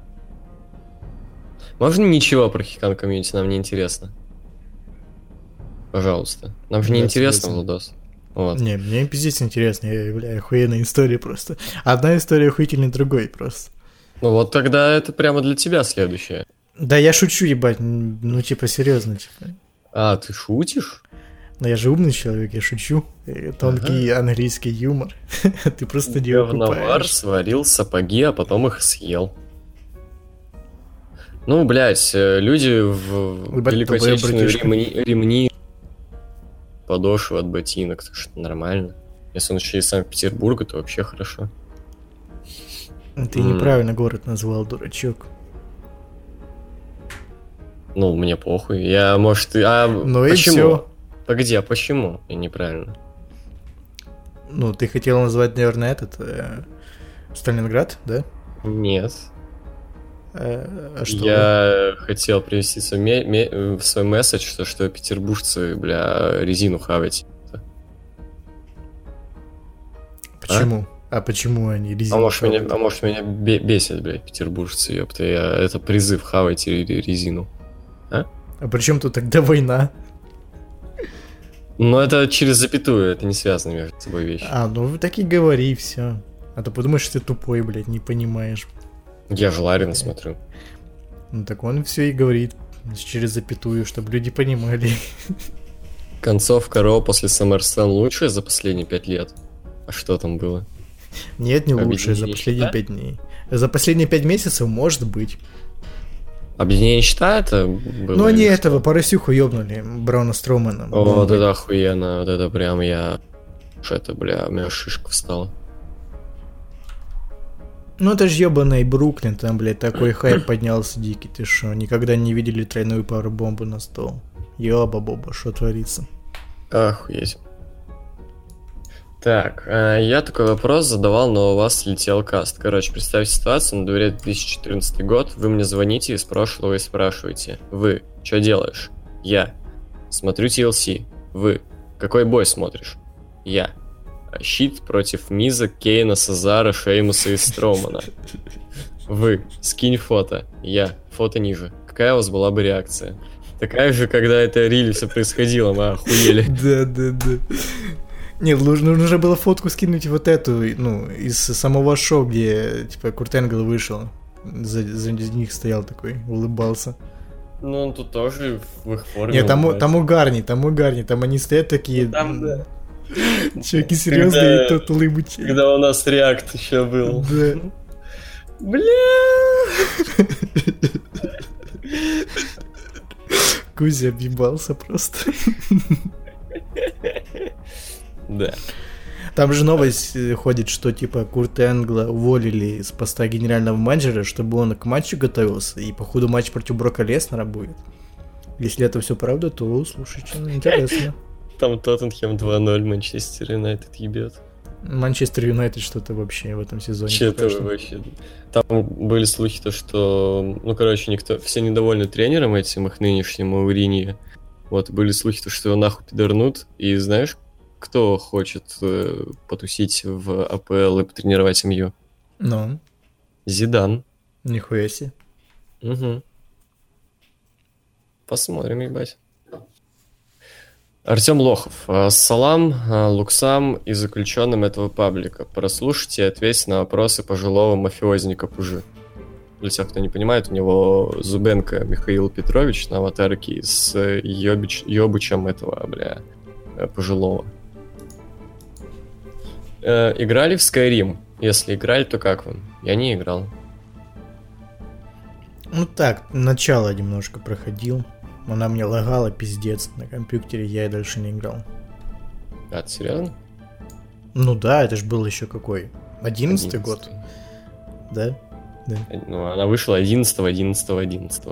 Можно ничего про Хикан комьюнити, нам не интересно. Пожалуйста. Нам же не Да, интересно, согласен. Владос. Вот. Не, мне пиздец интересно, я, бля, охуенная история просто. Одна история охуительнее другой просто. Ну вот тогда это прямо для тебя следующее. Да я шучу, ебать, ну типа серьезно, типа. А, ты шутишь? Но я же умный человек, я шучу. Тонкий английский юмор. Ты просто не Говновар окупаешь. сварил сапоги, а потом их съел. Ну, блядь, люди в Ебать, Великую тупой Отечественную братишка. ремни подошвы от ботинок, так что нормально. Если он еще из Санкт-Петербурга, то вообще хорошо. Ты неправильно город назвал, дурачок. Ну, мне похуй. Я, может, и... А Ну и почему? всё. Погоди, а почему? Я неправильно. Ну, ты хотел назвать, наверное, этот... Сталинград, да? Нет. А что? Я хотел привести свой месседж, что петербуржцы, бля, резину хавать. Почему? А почему они резину А может меня бесит, блядь, петербуржцы, ёпта. Это призыв хавать резину. А при чем тут тогда война? Но это через запятую, это не связано между собой вещи. А, ну так и говори, все. А то подумаешь, что ты тупой, блядь, не понимаешь. Я же Ларина смотрю. Ну так он все и говорит через запятую, чтобы люди понимали. Концовка Ро после SummerSlam лучшая за последние 5 лет. А что там было? Нет, не Объединение лучше за последние щита? 5 дней. За последние 5 месяцев может быть. Объединение щита это было? Но они или этого поросюху ёбнули, Брауна Строумана. что? О, вот это охуенно, вот это прям я... Что это, бля, у меня шишка встала. Ну это ж ёбаный Бруклин, там, блядь, такой хайп поднялся дикий, ты шо, никогда не видели тройную пауэрбомбу на стол? Ёба-боба, что творится? Охуеть. Так, я такой вопрос задавал, но у вас слетел каст. Короче, представьте ситуацию, на дворе 2014 год, вы мне звоните из прошлого и спрашиваете: вы, что делаешь? Я. Смотрю TLC. Вы. Какой бой смотришь? Я. Щит против Миза, Кейна, Сезара, Шеймуса и Строумана. Вы. Скинь фото. Я. Фото ниже. Какая у вас была бы реакция? Такая же, когда это рили все происходило, мы охуели. Да. Нет, нужно было фотку скинуть вот эту, ну, из самого шоу, где, типа, Курт Энгл вышел. За них стоял такой, улыбался. Ну, он тут тоже в их форме. Нет, там угарни, там они стоят такие... Ну, там, да. Чуваки серьезные, и тут улыбочки. Когда у нас реакт еще был. Да. Бля! Кузя объебался просто. Да. Там же новость ходит, что типа Курта Энгла уволили с поста генерального менеджера, чтобы он к матчу готовился, и походу матч против Брока Леснера будет. Если это все правда, то слушайте, интересно. Там Тоттенхэм 2-0, Манчестер Юнайтед ебет. Манчестер Юнайтед что-то вообще в этом сезоне. Что-то вообще. Там были слухи, то, что, ну, короче, все недовольны тренером этим, их нынешним Мауриньо. Вот, были слухи, то, что его нахуй пидорнут, и знаешь, кто хочет потусить в АПЛ и потренировать семью? Ну? Зидан. Нихуя себе. Угу. Посмотрим, ебать. Артем Лохов. Салам, Луксам и заключенным этого паблика. Прослушайте и ответьте на вопросы пожилого мафиозника Пужи. Для тех, кто не понимает, у него Зубенко Михаил Петрович на аватарке с ёбычем этого, пожилого. Играли в Skyrim? Если играли, то как вам? Я не играл. Ну так, начало немножко проходил. Она мне лагала, пиздец, на компьютере, я и дальше не играл. А, ты серьезно? Ну да, это ж был еще какой? 11-й год? Да? Да. Ну, она вышла 11.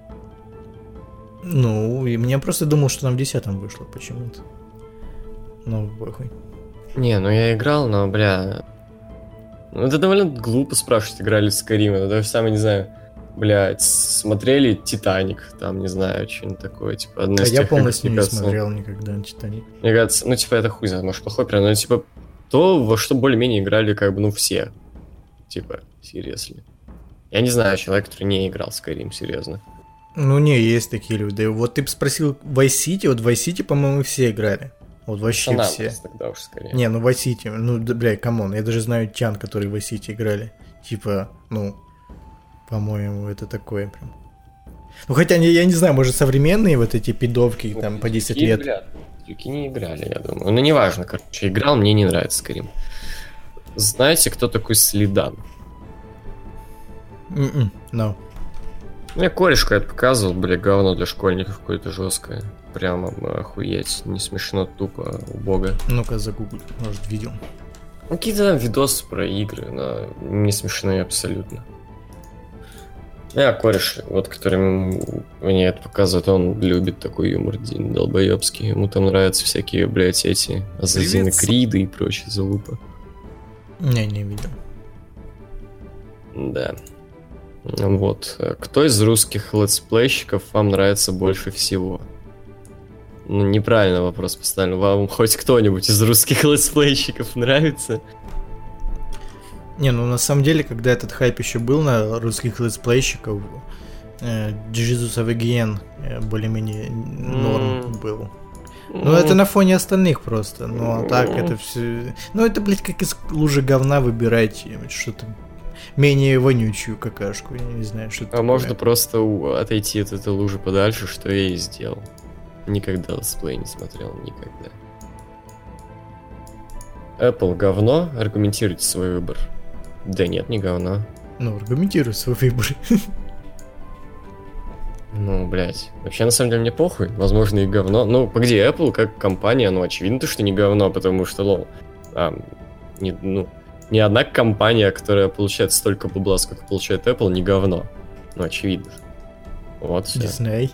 Ну, и мне просто думал, что там в 10-м вышло почему-то. Ну, похуй. Не, ну я играл, но, ну это довольно глупо спрашивать, играли в Skyrim. Это даже самое, не знаю, смотрели Титаник, там, не знаю, что-нибудь такое, типа, одно из я тех, полностью не кажется, смотрел никогда Титаник. Мне кажется, ну, типа, это хуй знает, может, плохой прям, но, типа, то, во что более-менее играли, как бы, ну, все. Типа, серьезно. Я не знаю человека, который не играл в Skyrim, серьезно. Ну, не, есть такие люди. Вот ты бы спросил Vice City, вот Vice City, по-моему, все играли. Вот вообще Санам все. Тогда уж скорее. Не, ну Vice City, ну, да, камон, я даже знаю тян, которые в Vice City играли. Типа, ну, по-моему, это такое прям. Ну, хотя, я не знаю, может, современные вот эти пидовки, ну, там, по 10 лет. Люди не играли, я думаю. Ну, неважно, короче, играл, мне не нравится Skyrim. Знаете, кто такой Следан? No. Мне кореш какая-то показывал, говно для школьников какое-то жесткое. Прямо охуеть, не смешно, тупо, убого. Ну-ка загугли, может, видел. Ну, какие-то там видосы про игры, но не смешные абсолютно. Я кореш, вот, который мне это показывает, он любит такой юмор долбоебский. Ему там нравятся всякие, эти Азазины Криды и прочие залупы. Не видел. Да. Вот. Кто из русских летсплейщиков вам нравится больше всего? Ну, неправильно вопрос поставлен. Вам хоть кто-нибудь из русских летсплейщиков нравится? Не, ну на самом деле, когда этот хайп еще был на русских летсплейщиков, Jesus of Again более-менее норм был. Ну, это на фоне остальных просто. Ну, а так это все... Ну, это, как из лужи говна выбирать что-то менее вонючую какашку, я не знаю, что это. А можно просто отойти от этой лужи подальше, что я и сделал. Никогда летсплей не смотрел, никогда. Apple говно? Аргументируйте свой выбор. Да нет, не говно. Ну, аргументируй свой выбор. Ну, вообще, на самом деле, мне похуй. Возможно, и говно. Ну, погоди, Apple как компания, ну, очевидно, что не говно, потому что, Ни одна компания, которая получает столько бабла, сколько получает Apple, не говно. Ну, очевидно. Вот все. Disney.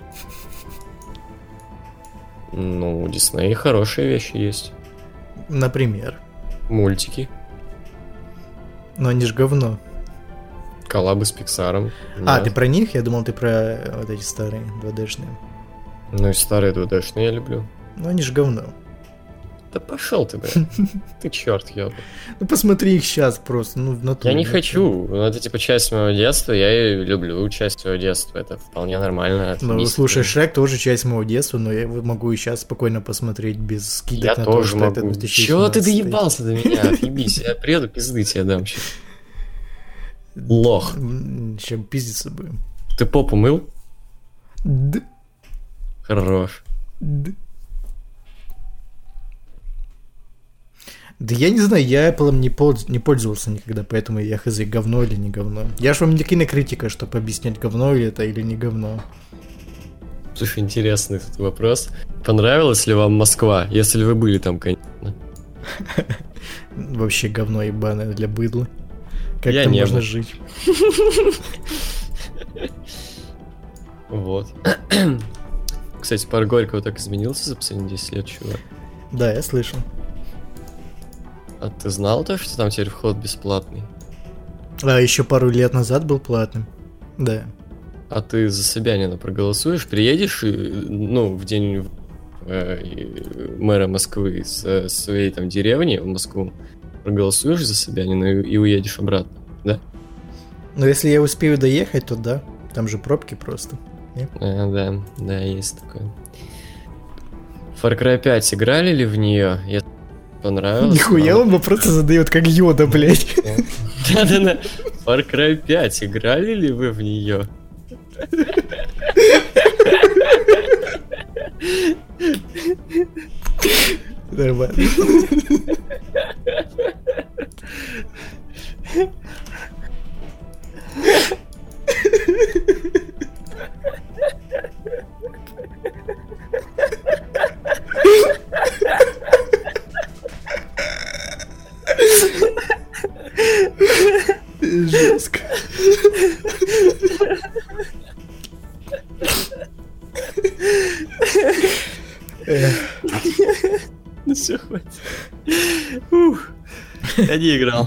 Ну, у Disney хорошие вещи есть. Например. Мультики. Но они ж говно. Коллабы с Pixar'ом. А, Нет. ты про них? Я думал, ты про вот эти старые 2D-шные. Ну и старые 2D-шные я люблю. Ну они ж говно. Да пошел ты, блядь. Ты черт, ёбаный. Ну посмотри их сейчас просто, ну в натуре. Я не хочу. Ну, это типа часть моего детства. Я и люблю часть своего детства. Это вполне нормально. Ну, слушай, Шрек тоже часть моего детства, но я его могу и сейчас спокойно посмотреть без скидок Я на то, тоже что могу. это 2018. Чё ты доебался до меня? Отъебись. Я приеду, пизды тебе дам сейчас. Лох. Чем пиздиться будем. Ты попу мыл? Хорош. Да я не знаю, я Apple не пользовался никогда, поэтому я хз, говно или не говно. Я ж вам не кинокритика, чтобы объяснять, говно ли это или не говно. Слушай, интересный тут вопрос. Понравилась ли вам Москва, если вы были там, конечно? Вообще говно ебаное для быдла. Как Я там не можно был. жить? Вот. Кстати, парк Горького так изменился за последние 10 лет, чувак. Да, я слышал. А ты знал то, что там теперь вход бесплатный? А еще пару лет назад был платным. Да. А ты за Собянина проголосуешь? Приедешь, ну, в день мэра Москвы из своей там деревни в Москву, проголосуешь за Собянина и уедешь обратно, да? Но если я успею доехать, то да. Там же пробки просто. Да, есть такое. Far Cry 5 играли ли в нее? Я понравилось. Нихуя он вопросы задает, как Йода, блядь. Да. Far Cry 5 играли ли вы в нее? Нормально. Жестко. Ну все, хватит. Ух. Я не играл.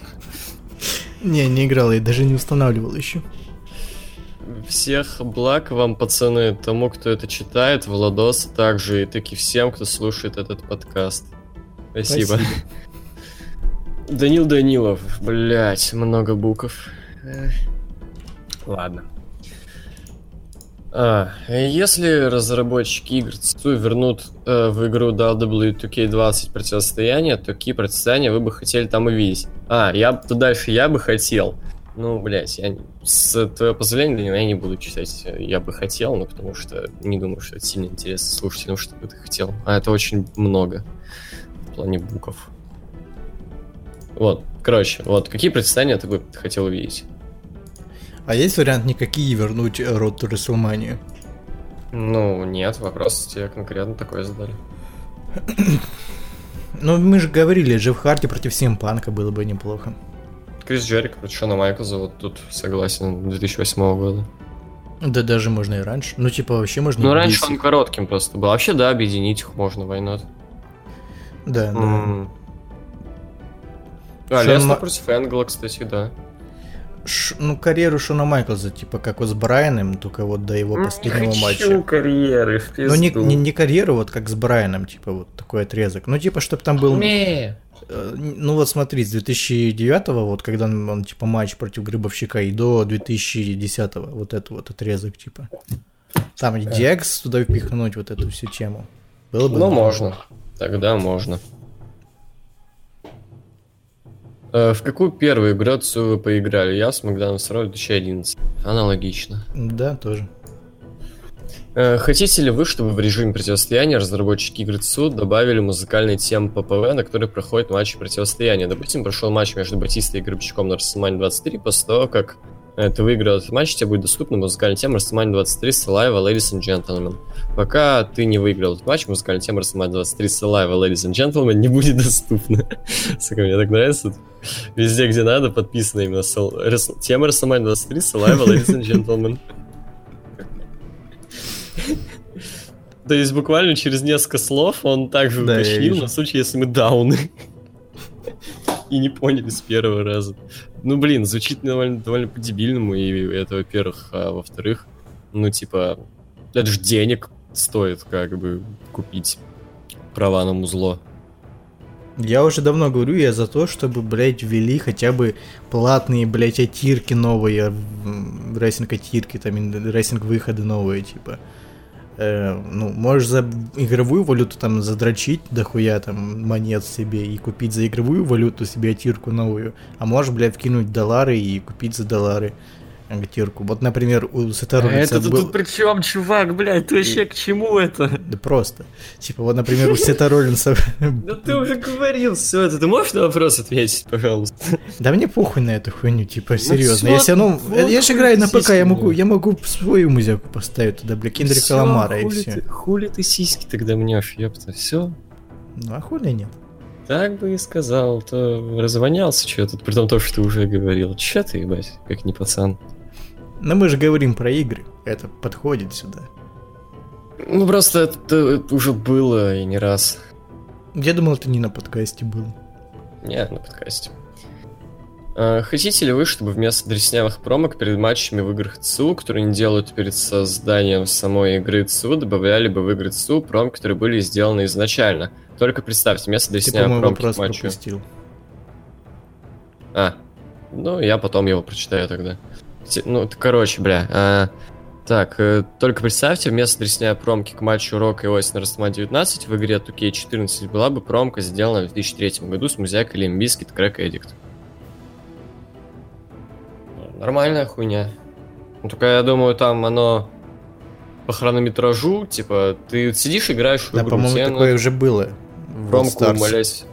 Не играл, я даже не устанавливал еще. Всех благ вам, пацаны, тому, кто это читает, Владос, также и таки всем, кто слушает этот подкаст. Спасибо. Данил Данилов, блять, много букв. Ладно. Если разработчики игр ЦУ вернут в игру WWE2K20 противостояние, то какие противостояния вы бы хотели там увидеть? Дальше я бы хотел. Ну, блять, я с твоего позволения, Данил, я не буду читать «я бы хотел», ну, потому что не думаю, что это сильно интересно слушателям, что бы ты хотел. А это очень много в плане букв. Вот, короче, вот, какие противостояния ты бы хотел увидеть? А есть вариант никакие вернуть Road to WrestleMania? Ну, нет, вопрос тебе конкретно такой задали. Ну, мы же говорили, Джефф Харди против CM Панка было бы неплохо. Крис Джерик против Шона Майклза, вот тут согласен, 2008 года. Да даже можно и раньше. Ну, типа, вообще можно... Ну, раньше он коротким просто был. Вообще, да, объединить их можно, why not? Да. Леснер против Энгла, кстати, да. Ну, карьеру Шона Майклза, типа, как вот с Брайаном, только вот до его последнего матча. Не хочу карьеры, в пизду. Ну, не карьеру, вот как с Брайаном, типа, вот такой отрезок. Ну, типа, чтобы там был... Ну, вот смотри, с 2009-го, вот, когда он, типа, матч против Грибовщика, и до 2010-го, вот этот вот отрезок, типа. Там Декс туда впихнуть, вот эту всю тему. Было бы... Ну, можно. Тогда можно. В какую первую игру вы поиграли? Я в Макдональдс Ролл 2011. Аналогично. Да, тоже. Хотите ли вы, чтобы в режиме противостояния разработчики игры ЦУ добавили музыкальные темы ППВ, на которые проходят матчи противостояния? Допустим, прошел матч между Батистой и Гребчаком на WrestleMania 23 после того, как Ты выиграл этот матч, тебе будет доступна музыкальная тема WrestleMania 23 Saliva, Ladies and Gentlemen. Пока ты не выиграл этот матч, музыкальная тема WrestleMania 23 Saliva, Ladies and Gentlemen не будет доступна. Сука, мне так нравится. Везде, где надо, подписано именно тема WrestleMania 23 Saliva, Ladies and Gentlemen. То есть буквально через несколько слов он также уточнил на случай, если мы дауны. И не поняли с первого раза. Ну, блин, звучит довольно по-дебильному, и это, во-первых. А во-вторых, ну, типа, это же денег стоит, как бы, купить права на музло. Я уже давно говорю, я за то, чтобы, блядь, ввели хотя бы платные, блядь, атирки новые, рейсинг-атирки, там, рейсинг-выходы новые, типа. Ну, можешь за игровую валюту там задрочить дохуя там монет себе и купить за игровую валюту себе атирку новую, а можешь, блядь, вкинуть доллары и купить за доллары атирку. Вот, например, у Сета Роллинса это тут при чем, чувак, блядь, ты вообще к чему это? Да просто. Типа, вот, например, у Сета Роллинса... Да ты уже говорил все это, ты можешь на вопрос ответить, пожалуйста? Да мне похуй на эту хуйню, типа, серьезно. Если, я же играю на ПК, я могу свою музыку поставить туда, бля, Кендрика Ламара и все. Хули ты сиськи тогда мнешь, ёпта, все? Ну, а хули нет? Так бы и сказал, то развонялся что-то, при том, что ты уже говорил. Че ты, ебать, как не пацан? Но мы же говорим про игры, это подходит сюда. Ну, просто это уже было и не раз. Я думал, это не на подкасте было. Нет, на подкасте. Хотите ли вы, чтобы вместо дреснявых промок перед матчами в играх ЦУ, которые не делают перед созданием самой игры ЦУ, добавляли бы в игры ЦУ промки, которые были сделаны изначально? Только представьте, вместо дреснявых промки к матчу... пропустил. Ну, я потом его прочитаю тогда. Ну, короче, бля. Так, только представьте, вместо дресня промки к матчу Рока и Остина на WrestleMania 19 в игре 2K14 была бы промка, сделана в 2003 году с музыкой Limp Bizkit Crack Addict. Нормальная хуйня. Ну, только я думаю, там оно по хронометражу, типа, ты сидишь, играешь в игру. Да, по-моему, такое уже было. Промку, молясь.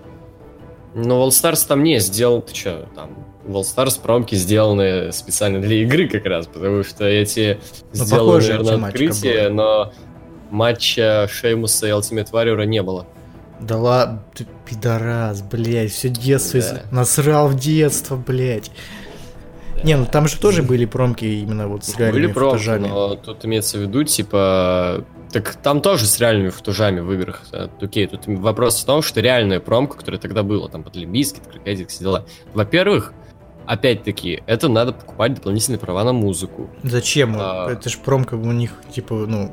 Но All Stars там не сделал, ты чё, там... В All Stars промки сделаны специально для игры как раз, потому что эти сделали, наверное, открытие, но матча Шеймуса и Ultimate Warrior не было. Да ладно, ты пидорас, блядь, все детство насрал в детство, блядь. Да. Не, ну там же тоже были промки именно вот с реальными футажами. Но тут имеется в виду, типа... Так там тоже с реальными футажами в играх. Окей, тут вопрос в том, что реальная промка, которая тогда была, там, под Limp Bizkit, Крокодик, все дела. Во-первых, опять-таки, это надо покупать дополнительные права на музыку. Зачем? Это ж промка у них, типа, ну...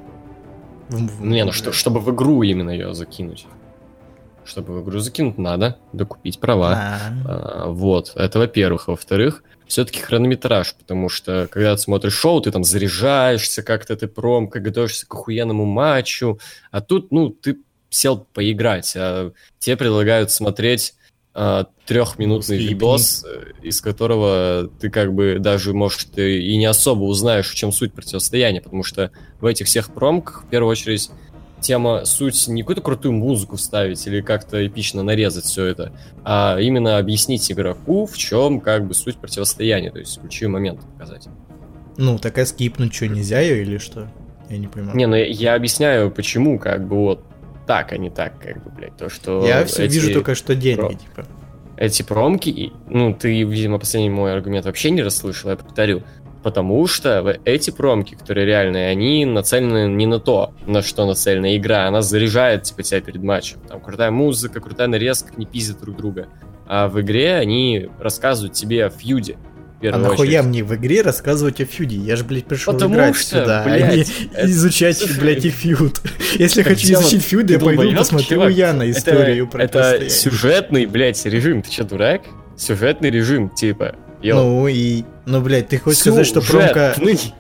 чтобы в игру именно ее закинуть. Чтобы в игру закинуть, надо докупить права. Вот, это во-первых. Во-вторых, все-таки хронометраж, потому что, когда ты смотришь шоу, ты там заряжаешься как-то этой промкой, готовишься к охуенному матчу, а тут, ну, ты сел поиграть, а тебе предлагают смотреть... трехминутный видос, из которого ты как бы даже, может, и не особо узнаешь, в чем суть противостояния, потому что в этих всех промках, в первую очередь, суть не какую-то крутую музыку вставить или как-то эпично нарезать все это, а именно объяснить игроку, в чем как бы суть противостояния, то есть ключевые моменты показать. Ну, так а скипнуть что, нельзя ее или что? Я не понимаю. Не, ну я объясняю, почему, как бы вот так, а не так, как бы, блядь, то, что... Я все вижу только, что деньги, типа. Эти промки, ну, ты, видимо, последний мой аргумент вообще не расслышал, я повторю, потому что эти промки, которые реальные, они нацелены не на то, на что нацелена игра, она заряжает, типа, тебя перед матчем, там, крутая музыка, крутая нарезка, не пиздят друг друга, а в игре они рассказывают тебе о фьюде. А нахуя мне в игре рассказывать о фьюде? Я же, блядь, пришел потому играть что, сюда, блядь, а не изучать, блядь, и фьюд. Если я хочу изучить фьюд, я пойду посмотрю у Яна историю про это сюжетный, блядь, режим. Ты что, дурак? Сюжетный режим, типа. Ну, блядь, ты хочешь сказать, что промка...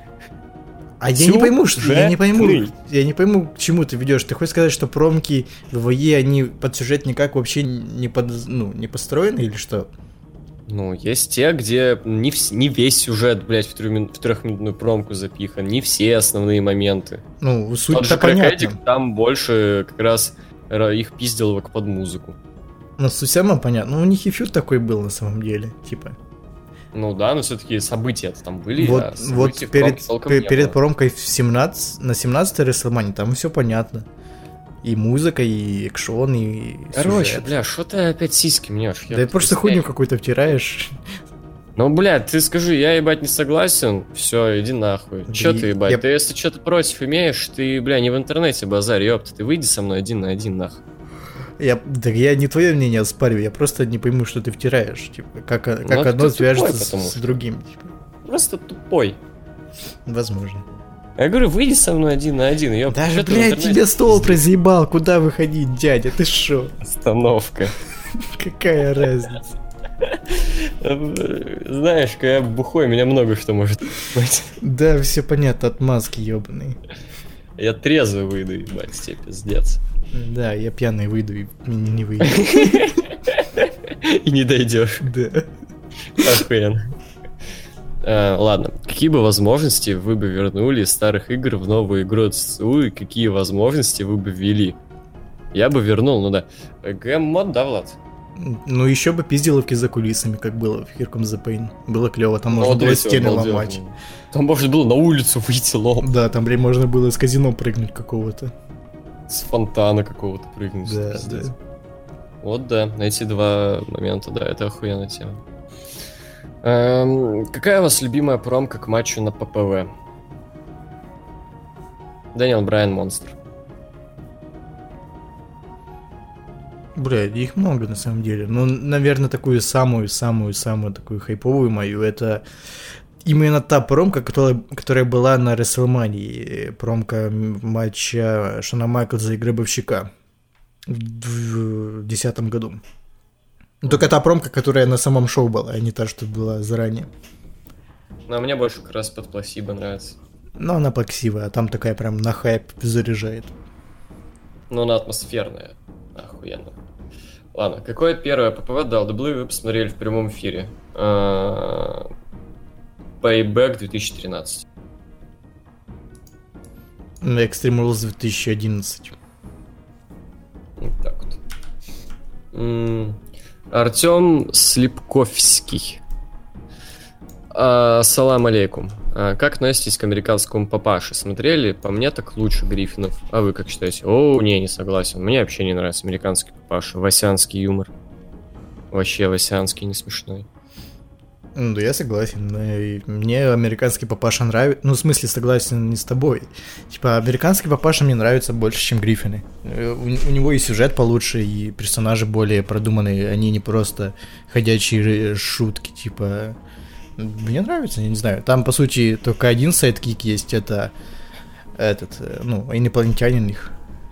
А я не пойму, к чему ты ведешь. Ты хочешь сказать, что промки в ВВЕ, они под сюжет никак вообще не построены или что? Ну, есть те, где не весь сюжет, блядь, в трехминутную промку запихан, не все основные моменты. Ну, суть-то понятна. Там больше как раз их пизделок под музыку. Ну, суть сама понятна. Ну, у них и фьюд такой был на самом деле, типа. Ну да, но все-таки события там были, Вот, а вот событий в промке толком не перед было. промкой на 17-й WrestleMania там все понятно. И музыка, и экшон, и Короче, сюжет. бля, что ты опять сиськи мнешь? Да просто хуйню какую-то втираешь. Ну, блядь, ты скажи, я, ебать, не согласен, все, иди нахуй. Да Че ты, ебать, я- ты если что-то против имеешь, ты, бля, не в интернете базарь, ёпта, ты выйди со мной один на один, нахуй. Я не твое мнение оспариваю, я просто не пойму, что ты втираешь. Типа, как ты одно тупой, свяжется потому с что. другим. Типа. Просто тупой. Возможно. Я говорю, выйди со мной один на один, ёпта. Даже, чё ты в блядь, интернете тебе стол пиздишь? разъебал, куда выходить, дядя, ты шо? Остановка. Какая разница? Знаешь, когда я бухой, меня много что может быть. Да, все понятно, отмазки ебаные. Я трезвый выйду, ебать, тебе пиздец. Да, я пьяный выйду и не выйду. И не дойдешь. Да. Охуенно. Ладно, какие бы возможности вы бы вернули из старых игр в новую игру от СЦУ и какие возможности вы бы ввели? Я бы вернул, ну да. ГМ-мод, да, Влад? Ну, еще бы пизделовки за кулисами, как было в Here Comes the Pain. Было клево, там можно Вот было эти стены обалденно. ломать. Там можно было на улицу выйти лом. Да, там, блин, можно было с казино прыгнуть какого-то. С фонтана какого-то прыгнуть. Да, пиздец. да. Вот да, эти два момента, да, это охуенная тема. Какая у вас любимая промка к матчу на ППВ? Дэниел Брайан Монстр. Бля, их много на самом деле. Ну, наверное, такую самую-самую такую хайповую мою, это именно та промка, которая была на WrestleMania. Промка матча Шона Майклза и Гробовщика в 2010 году. Только та промка, которая на самом шоу была, а не та, что была заранее. Ну, а мне больше как раз под Пласибо нравится. Но она плаксивая, а там такая прям на хайп заряжает. Но она атмосферная. Охуенно. Ладно, какое первое ППВ WWE вы посмотрели в прямом эфире? Payback 2013. Extreme Rules 2011. Вот так вот. Артем Слепковский. Салам алейкум. Как относитесь к американскому папаше? Смотрели? По мне так лучше Гриффинов. А вы как считаете? О, не согласен. Мне вообще не нравится американский папаша. Васянский юмор. Вообще васянский, не смешной. Ну, да, я согласен. И мне американский папаша нравится. Ну, в смысле, согласен не с тобой. Типа, американский папаша мне нравится больше, чем Гриффины. У него и сюжет получше, и персонажи более продуманные. Они не просто ходячие шутки, типа... Мне нравится, я не знаю. Там, по сути, только один сайдкик есть, это инопланетянин их.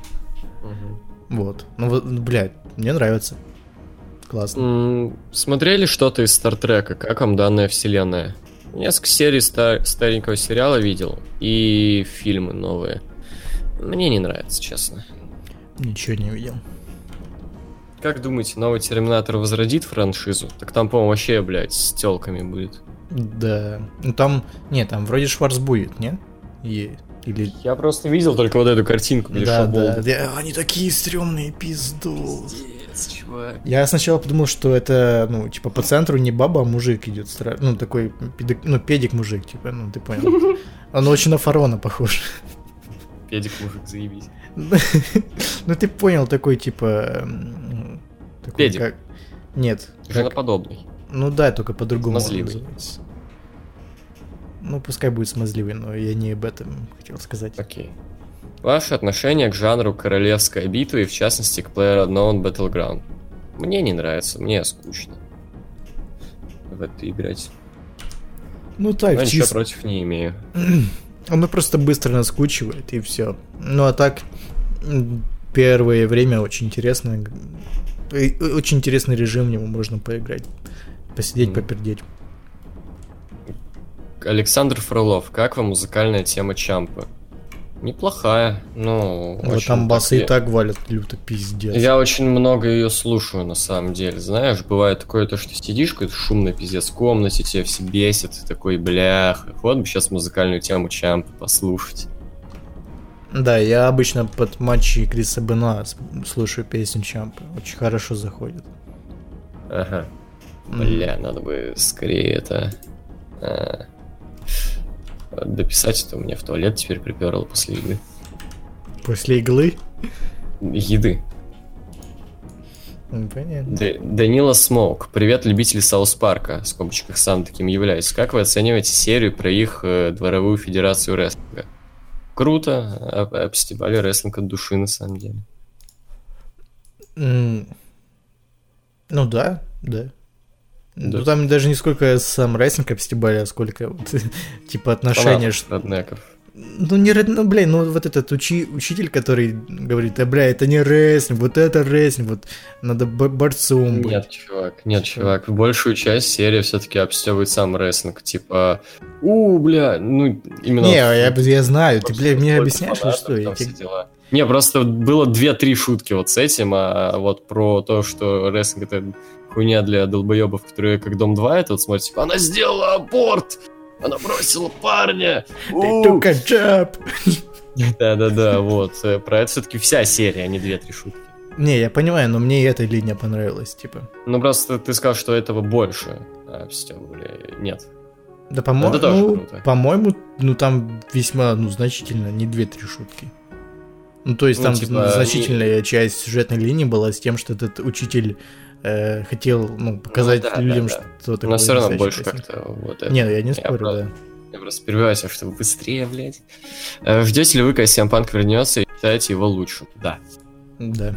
Вот. Ну, блядь, мне нравится. Классно. Смотрели что-то из Стартрека? Как вам данная вселенная? Несколько серий старенького сериала видел. И фильмы новые. Мне не нравится, честно. Ничего не видел. Как думаете, новый Терминатор возродит франшизу? Так там, по-моему, вообще, блядь, с тёлками будет. Да. Ну там... Нет, там вроде Шварц будет, нет? Или... Я просто видел только вот эту картинку, где Да, Шабол. да. Они такие стрёмные, пизду. Пиздец, чувак. Я сначала подумал, что это, ну, типа, по центру не баба, а мужик идет. Ну, такой, педик-мужик, типа, ну, ты понял. Он очень на фараона похож. Педик мужик, заебись. Ну, ты понял, такой, типа... Педик. Нет. Женоподобный. Ну да, только по-другому Смазливый. называется. Ну, пускай будет смазливый, но я не об этом хотел сказать. Окей. Ваше отношение к жанру королевской битвы и, в частности, к PlayerUnknown Battleground? Мне не нравится, мне скучно в это играть. Ну так, Но ничего чисто. против не имею. Оно просто быстро наскучивает, и все. Ну а так, первое время очень интересно. Очень интересный режим, в него можно поиграть. Посидеть, попердеть. Александр Фролов, как вам музыкальная тема Чампы? Неплохая, ну... Вот там басы и так валят люто, пиздец. Я очень много ее слушаю, на самом деле. Знаешь, бывает такое, то, что сидишь, какой-то шумный пиздец в комнате, тебя все бесит, ты такой, блях, вот бы сейчас музыкальную тему Чампы послушать. Да, я обычно под матчи Криса Бена слушаю песню Чампы. Очень хорошо заходит. Ага. Бля, надо бы скорее это... дописать, это у меня в туалет теперь приперло после еды. После иглы? Еды. Понятно. Данила Смоук. Привет, любители Саус Парка. В скобочках сам таким являюсь. Как вы оцениваете серию про их дворовую федерацию рестлинга? Круто. Обстебали рестлинг от души, на самом деле. Ну да. Ну там даже не сколько сам рестлинг обстебали, а сколько вот, типа отношения. Роднеков. Вот этот учитель, который говорит, это не рестлинг, вот это рестлинг, вот надо борцом быть. Нет, чувак, большую часть серии все-таки обстебывает сам рестлинг, типа, именно... Не, я знаю, ты, мне объясняешь, что я Не, просто было 2-3 шутки вот с этим, а вот про то, что рестлинг это хуйня для долбоебов, которые как Дом 2, это вот смотрите, типа, она сделала аборт! Она бросила парня! They took a job! Да, вот. Про это все-таки вся серия, а не 2-3 шутки. Не, я понимаю, но мне эта линия понравилась, типа. Ну, просто ты сказал, что этого больше обстебывали. Нет. Да, по-моему, там весьма, значительно, не 2-3 шутки. Ну, то есть там значительная часть сюжетной линии была с тем, что этот учитель хотел показать людям, что такое. Но все равно больше как-то вот это. Не, я не спорю, да. Я просто перебиваюсь, чтобы быстрее, блядь. Ждете ли вы, когда CM Punk вернется и считаете его лучшим? Да. Да.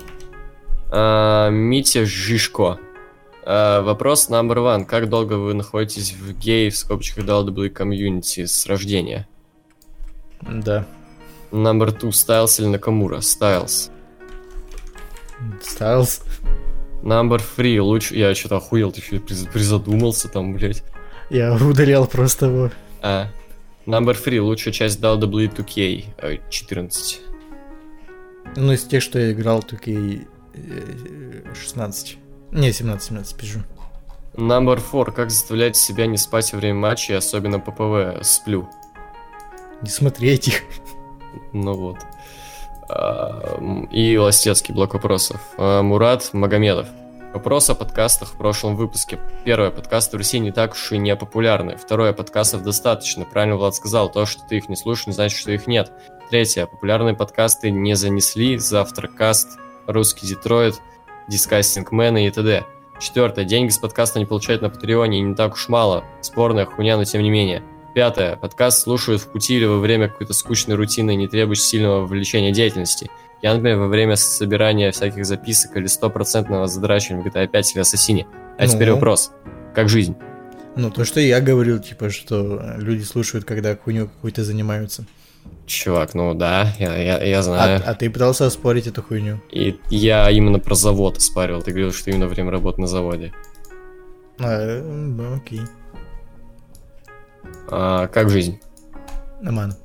Митя Жишко. Вопрос number one. Как долго вы находитесь в гей, в скобочках WWE комьюнити с рождения? Да. Number two. Стайлс или Накамура? Стайлс. Стайлс. Number three. Лучше... Я что-то охуел, ты еще призадумался там, блядь. Я удалял просто его. Number three. Лучшая часть WWE 2K 14. Ну, из тех, что я играл, 2K 16. Не, 17, пишу. Number four. Как заставлять себя не спать во время матча, особенно по ПВ? Сплю. Не смотреть их. Ну вот. И Ластецкий блок вопросов. Мурат Магомедов. Вопрос о подкастах в прошлом выпуске. Первое. Подкасты в России не так уж и не популярны. Второе. Подкастов достаточно. Правильно Влад сказал. То, что ты их не слушаешь, не значит, что их нет. Третье. Популярные подкасты не занесли. Завтракаст, Русский Детройт, Дискастинг Мэна и т.д. Четвертое. Деньги с подкаста не получают на Патреоне и не так уж мало. Спорная хуйня, но тем не менее. Пятое. Подкаст слушают в пути или во время какой-то скучной рутины, не требующей сильного вовлечения деятельности. Я, например, во время собирания всяких записок или 100% задрачивания в GTA 5 или Ассасине. Теперь вопрос. Как жизнь? Ну, то, что я говорил, типа, что люди слушают, когда хуйню какой-то занимаются. Чувак, да, я знаю. А ты пытался оспорить эту хуйню? И я именно про завод оспаривал. Ты говорил, что именно во время работы на заводе. Окей. Как жизнь? Нормально.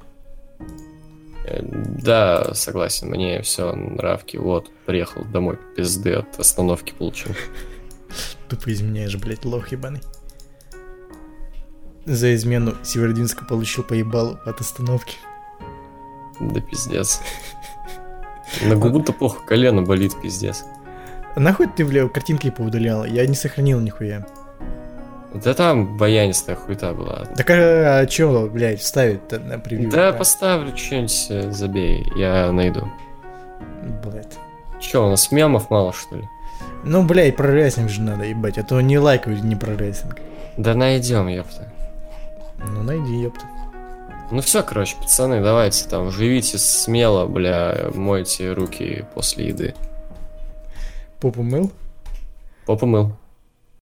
Да, согласен, мне все нравки. Вот, приехал домой, пизды от остановки получил. Тупо изменяешь, блядь, лох ебаный. За измену Северодвинска получил поебалу от остановки. Да пиздец. На губу-то плохо, колено болит, пиздец. Нахуй ты, бля, картинки поудалял? Я не сохранил нихуя. Да там баянистая хуйта была. Так а чё, блядь, вставить-то на превью? Да, поставлю что-нибудь, забей, я найду. Блядь. Чё, у нас мемов мало, что ли? Ну, блядь, про рестлинг же надо, ебать, а то не лайкают не про рестлинг. Да найдем, ёпта. Ну, найди, ёпта. Ну все, короче, пацаны, давайте там, живите смело, бля, мойте руки после еды. Попу мыл? Попу мыл.